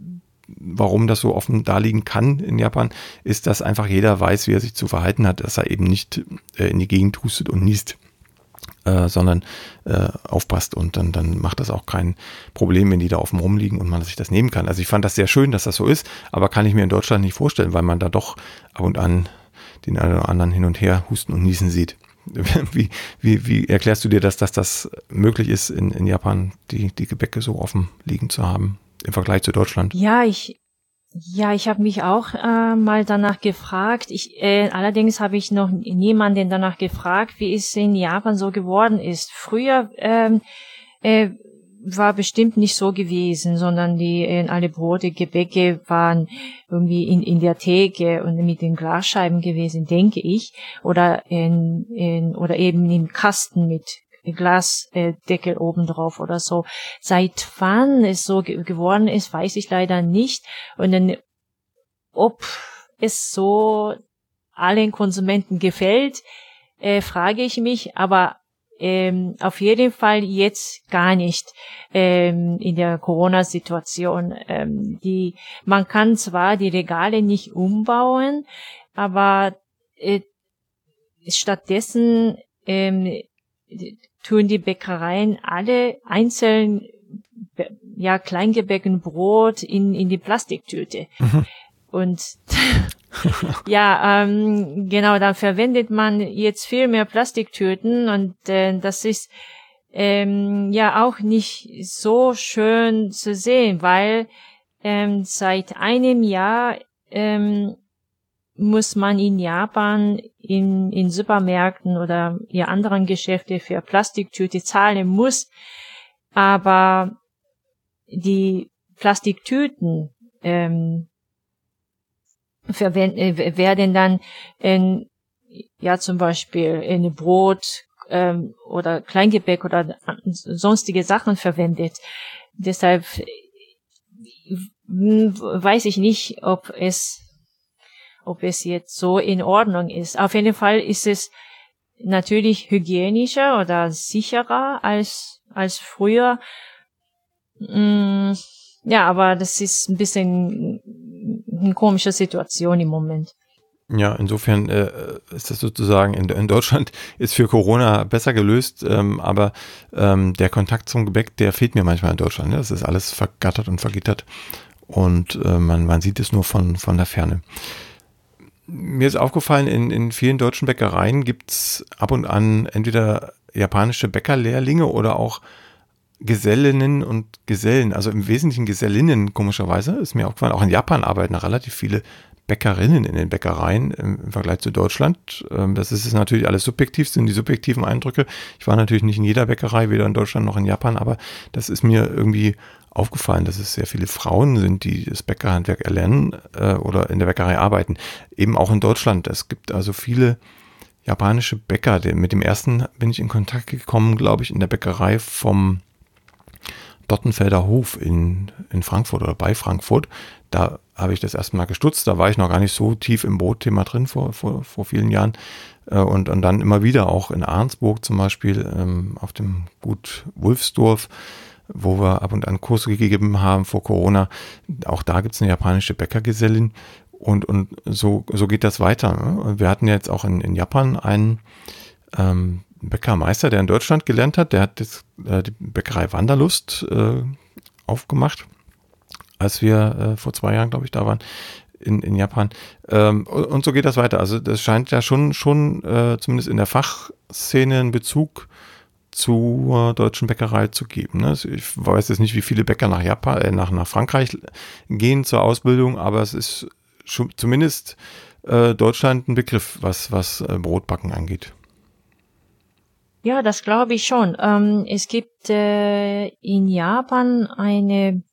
warum das so offen da liegen kann in Japan, ist, dass einfach jeder weiß, wie er sich zu verhalten hat, dass er eben nicht äh, in die Gegend hustet und niest, äh, sondern äh, aufpasst und dann, dann macht das auch kein Problem, wenn die da offen rumliegen und man sich das nehmen kann. Also ich fand das sehr schön, dass das so ist, aber kann ich mir in Deutschland nicht vorstellen, weil man da doch ab und an den einen oder anderen hin und her husten und niesen sieht. Wie, wie, wie erklärst du dir das, dass das möglich ist, in, in Japan die, die Gebäcke so offen liegen zu haben? Im Vergleich zu Deutschland? Ja, ich ja, ich habe mich auch äh, mal danach gefragt. Ich äh, allerdings habe ich noch niemanden danach gefragt, wie es in Japan so geworden ist. Früher ähm, äh, war bestimmt nicht so gewesen, sondern die äh, alle Brote, Gebäcke waren irgendwie in in der Theke und mit den Glasscheiben gewesen, denke ich, oder in, in oder eben im Kasten mit Glasdeckel oben drauf oder so. Seit wann es so ge- geworden ist, weiß ich leider nicht. Und dann, ob es so allen Konsumenten gefällt, äh, frage ich mich. Aber ähm, auf jeden Fall jetzt gar nicht ähm, in der Corona-Situation. Ähm, die, man kann zwar die Regale nicht umbauen, aber äh, stattdessen ähm, tun die Bäckereien alle einzeln, ja, Kleingebäcken Brot in, in die Plastiktüte. Mhm. Und, ja, ähm, genau, da verwendet man jetzt viel mehr Plastiktüten und, äh, das ist, ähm, ja auch nicht so schön zu sehen, weil, ähm, seit einem Jahr, ähm, muss man in Japan in, in Supermärkten oder in anderen Geschäfte für Plastiktüte zahlen muss. Aber die Plastiktüten ähm, verwend, äh, werden dann in, ja zum Beispiel in Brot ähm, oder Kleingebäck oder sonstige Sachen verwendet. Deshalb weiß ich nicht, ob es ob es jetzt so in Ordnung ist. Auf jeden Fall ist es natürlich hygienischer oder sicherer als als früher. Mm, ja, aber das ist ein bisschen eine komische Situation im Moment. Ja, insofern äh, ist das sozusagen in, in Deutschland ist für Corona besser gelöst, ähm, aber ähm, der Kontakt zum Gebäck, der fehlt mir manchmal in Deutschland. Ne? Das ist alles vergattert und vergittert und äh, man, man sieht es nur von, von der Ferne. Mir ist aufgefallen, in, in vielen deutschen Bäckereien gibt's ab und an entweder japanische Bäckerlehrlinge oder auch Gesellinnen und Gesellen, also im Wesentlichen Gesellinnen, komischerweise, ist mir aufgefallen. Auch in Japan arbeiten relativ viele Bäckerinnen in den Bäckereien im, im Vergleich zu Deutschland. Ähm, das ist natürlich alles subjektiv, sind die subjektiven Eindrücke. Ich war natürlich nicht in jeder Bäckerei, weder in Deutschland noch in Japan, aber das ist mir irgendwie aufgefallen, dass es sehr viele Frauen sind, die das Bäckerhandwerk erlernen äh, oder in der Bäckerei arbeiten. Eben auch in Deutschland. Es gibt also viele japanische Bäcker. Mit dem ersten bin ich in Kontakt gekommen, glaube ich, in der Bäckerei vom Dottenfelder Hof in, in Frankfurt oder bei Frankfurt. Da habe ich das erste Mal gestutzt. Da war ich noch gar nicht so tief im Brotthema drin vor, vor, vor vielen Jahren. Und, und dann immer wieder auch in Arnsburg zum Beispiel ähm, auf dem Gut Wulfsdorf, wo wir ab und an Kurse gegeben haben vor Corona. Auch da gibt es eine japanische Bäckergesellin. Und, und so, so geht das weiter. Ne? Wir hatten ja jetzt auch in, in Japan einen ähm, Bäckermeister, der in Deutschland gelernt hat. Der hat jetzt äh, die Bäckerei Wanderlust äh, aufgemacht, als wir äh, vor zwei Jahren, glaube ich, da waren in, in Japan. Ähm, und, und so geht das weiter. Also das scheint ja schon, schon äh, zumindest in der Fachszene einen Bezug zur deutschen Bäckerei zu geben. Ne? Also ich weiß jetzt nicht, wie viele Bäcker nach Japan, äh, nach, nach Frankreich gehen zur Ausbildung, aber es ist schon, zumindest äh, Deutschland ein Begriff, was, was äh, Brotbacken angeht. Ja, das glaube ich schon. Ähm, es gibt äh, in Japan eine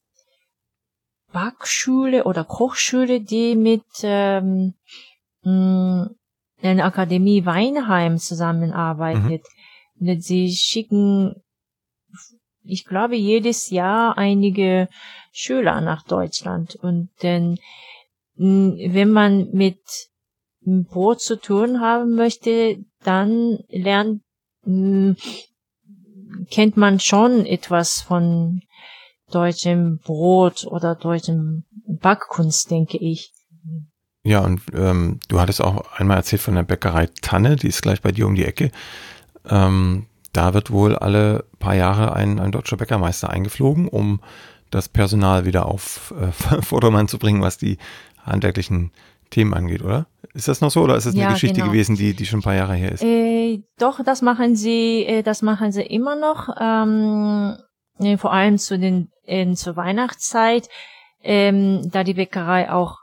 Backschule oder Kochschule, die mit ähm, mh, einer Akademie Weinheim zusammenarbeitet. Mhm. Sie schicken, ich glaube, jedes Jahr einige Schüler nach Deutschland. Und denn, mh, wenn man mit Brot zu tun haben möchte, dann lernt kennt man schon etwas von deutschem Brot oder deutschem Backkunst, denke ich. Ja, und ähm, du hattest auch einmal erzählt von der Bäckerei Tanne, die ist gleich bei dir um die Ecke. Ähm, da wird wohl alle paar Jahre ein, ein deutscher Bäckermeister eingeflogen, um das Personal wieder auf äh, Vordermann zu bringen, was die handwerklichen Themen angeht, oder? Ist das noch so oder ist das eine ja, Geschichte genau. gewesen, die die schon ein paar Jahre her ist? Äh, doch, das machen sie, äh, das machen sie immer noch. Ähm, äh, vor allem zu den äh, zur Weihnachtszeit, ähm, da die Bäckerei auch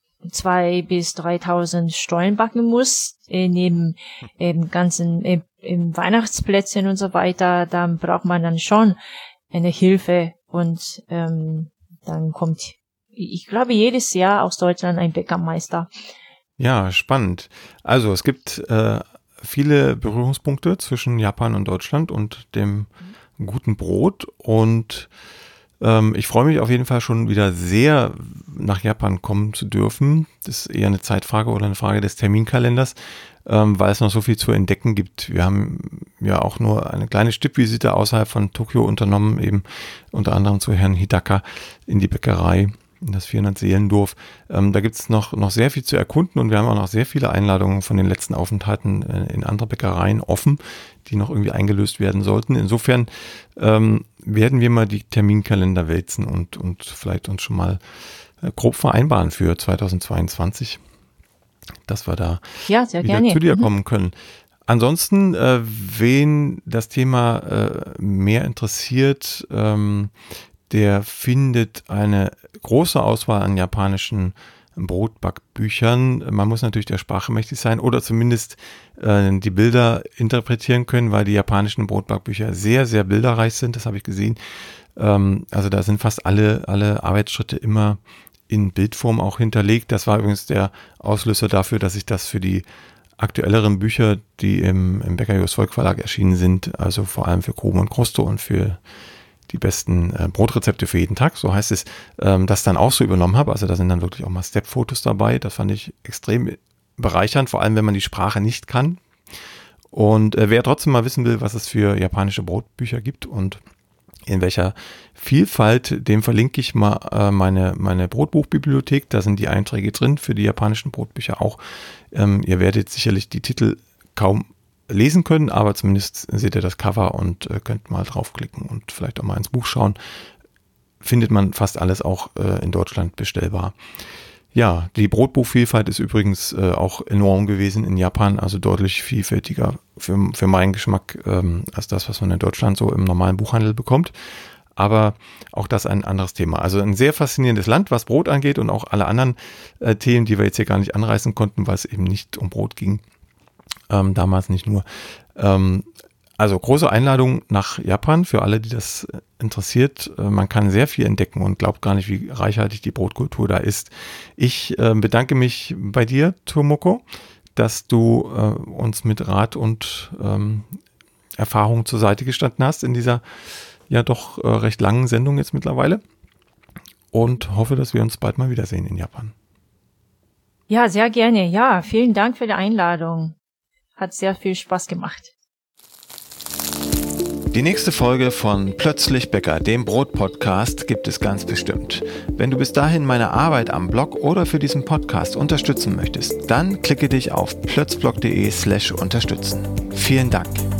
zwei bis dreitausend Stollen backen muss, äh, neben ähm, ganzen äh, Weihnachtsplätzchen und so weiter. Dann braucht man dann schon eine Hilfe und ähm, dann kommt ich glaube, jedes Jahr aus Deutschland ein Bäckermeister. Ja, spannend. Also es gibt äh, viele Berührungspunkte zwischen Japan und Deutschland und dem guten Brot. Und ähm, ich freue mich auf jeden Fall schon wieder sehr, nach Japan kommen zu dürfen. Das ist eher eine Zeitfrage oder eine Frage des Terminkalenders, ähm, weil es noch so viel zu entdecken gibt. Wir haben ja auch nur eine kleine Stippvisite außerhalb von Tokio unternommen, eben unter anderem zu Herrn Hidaka in die Bäckerei, in das vierhundert-Seelendorf. Ähm, da gibt es noch, noch sehr viel zu erkunden und wir haben auch noch sehr viele Einladungen von den letzten Aufenthalten äh, in andere Bäckereien offen, die noch irgendwie eingelöst werden sollten. Insofern ähm, werden wir mal die Terminkalender wälzen und, und vielleicht uns schon mal äh, grob vereinbaren für zweitausendzweiundzwanzig, dass wir da ja, sehr wieder gerne. zu dir mhm. kommen können. Ansonsten, äh, wen das Thema äh, mehr interessiert, ähm, der findet eine große Auswahl an japanischen Brotbackbüchern. Man muss natürlich der Sprache mächtig sein oder zumindest äh, die Bilder interpretieren können, weil die japanischen Brotbackbücher sehr, sehr bilderreich sind. Das habe ich gesehen. Ähm, also da sind fast alle, alle Arbeitsschritte immer in Bildform auch hinterlegt. Das war übrigens der Auslöser dafür, dass ich das für die aktuelleren Bücher, die im, im Bäcker Jos Volk Verlag erschienen sind, also vor allem für Gruben und Krusto und für die besten äh, Brotrezepte für jeden Tag, so heißt es, ähm, das dann auch so übernommen habe. Also da sind dann wirklich auch mal Step-Fotos dabei. Das fand ich extrem bereichernd, vor allem wenn man die Sprache nicht kann. Und äh, wer trotzdem mal wissen will, was es für japanische Brotbücher gibt und in welcher Vielfalt, dem verlinke ich mal äh, meine, meine Brotbuchbibliothek. Da sind die Einträge drin für die japanischen Brotbücher auch. Ähm, ihr werdet sicherlich die Titel kaum lesen können, aber zumindest seht ihr das Cover und äh, könnt mal draufklicken und vielleicht auch mal ins Buch schauen. Findet man fast alles auch äh, in Deutschland bestellbar. Ja, die Brotbuchvielfalt ist übrigens äh, auch enorm gewesen in Japan, also deutlich vielfältiger für, für meinen Geschmack ähm, als das, was man in Deutschland so im normalen Buchhandel bekommt. Aber auch das ein anderes Thema. Also ein sehr faszinierendes Land, was Brot angeht und auch alle anderen äh, Themen, die wir jetzt hier gar nicht anreißen konnten, weil es eben nicht um Brot ging. Ähm, damals nicht nur. Ähm, also große Einladung nach Japan für alle, die das interessiert. Äh, man kann sehr viel entdecken und glaubt gar nicht, wie reichhaltig die Brotkultur da ist. Ich äh, bedanke mich bei dir, Tomoko, dass du äh, uns mit Rat und ähm, Erfahrung zur Seite gestanden hast in dieser ja doch äh, recht langen Sendung jetzt mittlerweile. Und hoffe, dass wir uns bald mal wiedersehen in Japan. Ja, sehr gerne. Ja, vielen Dank für die Einladung. Hat sehr viel Spaß gemacht. Die nächste Folge von Plötzlich Bäcker, dem Brot-Podcast, gibt es ganz bestimmt. Wenn du bis dahin meine Arbeit am Blog oder für diesen Podcast unterstützen möchtest, dann klicke dich auf plötzblog punkt de slash unterstützen. Vielen Dank.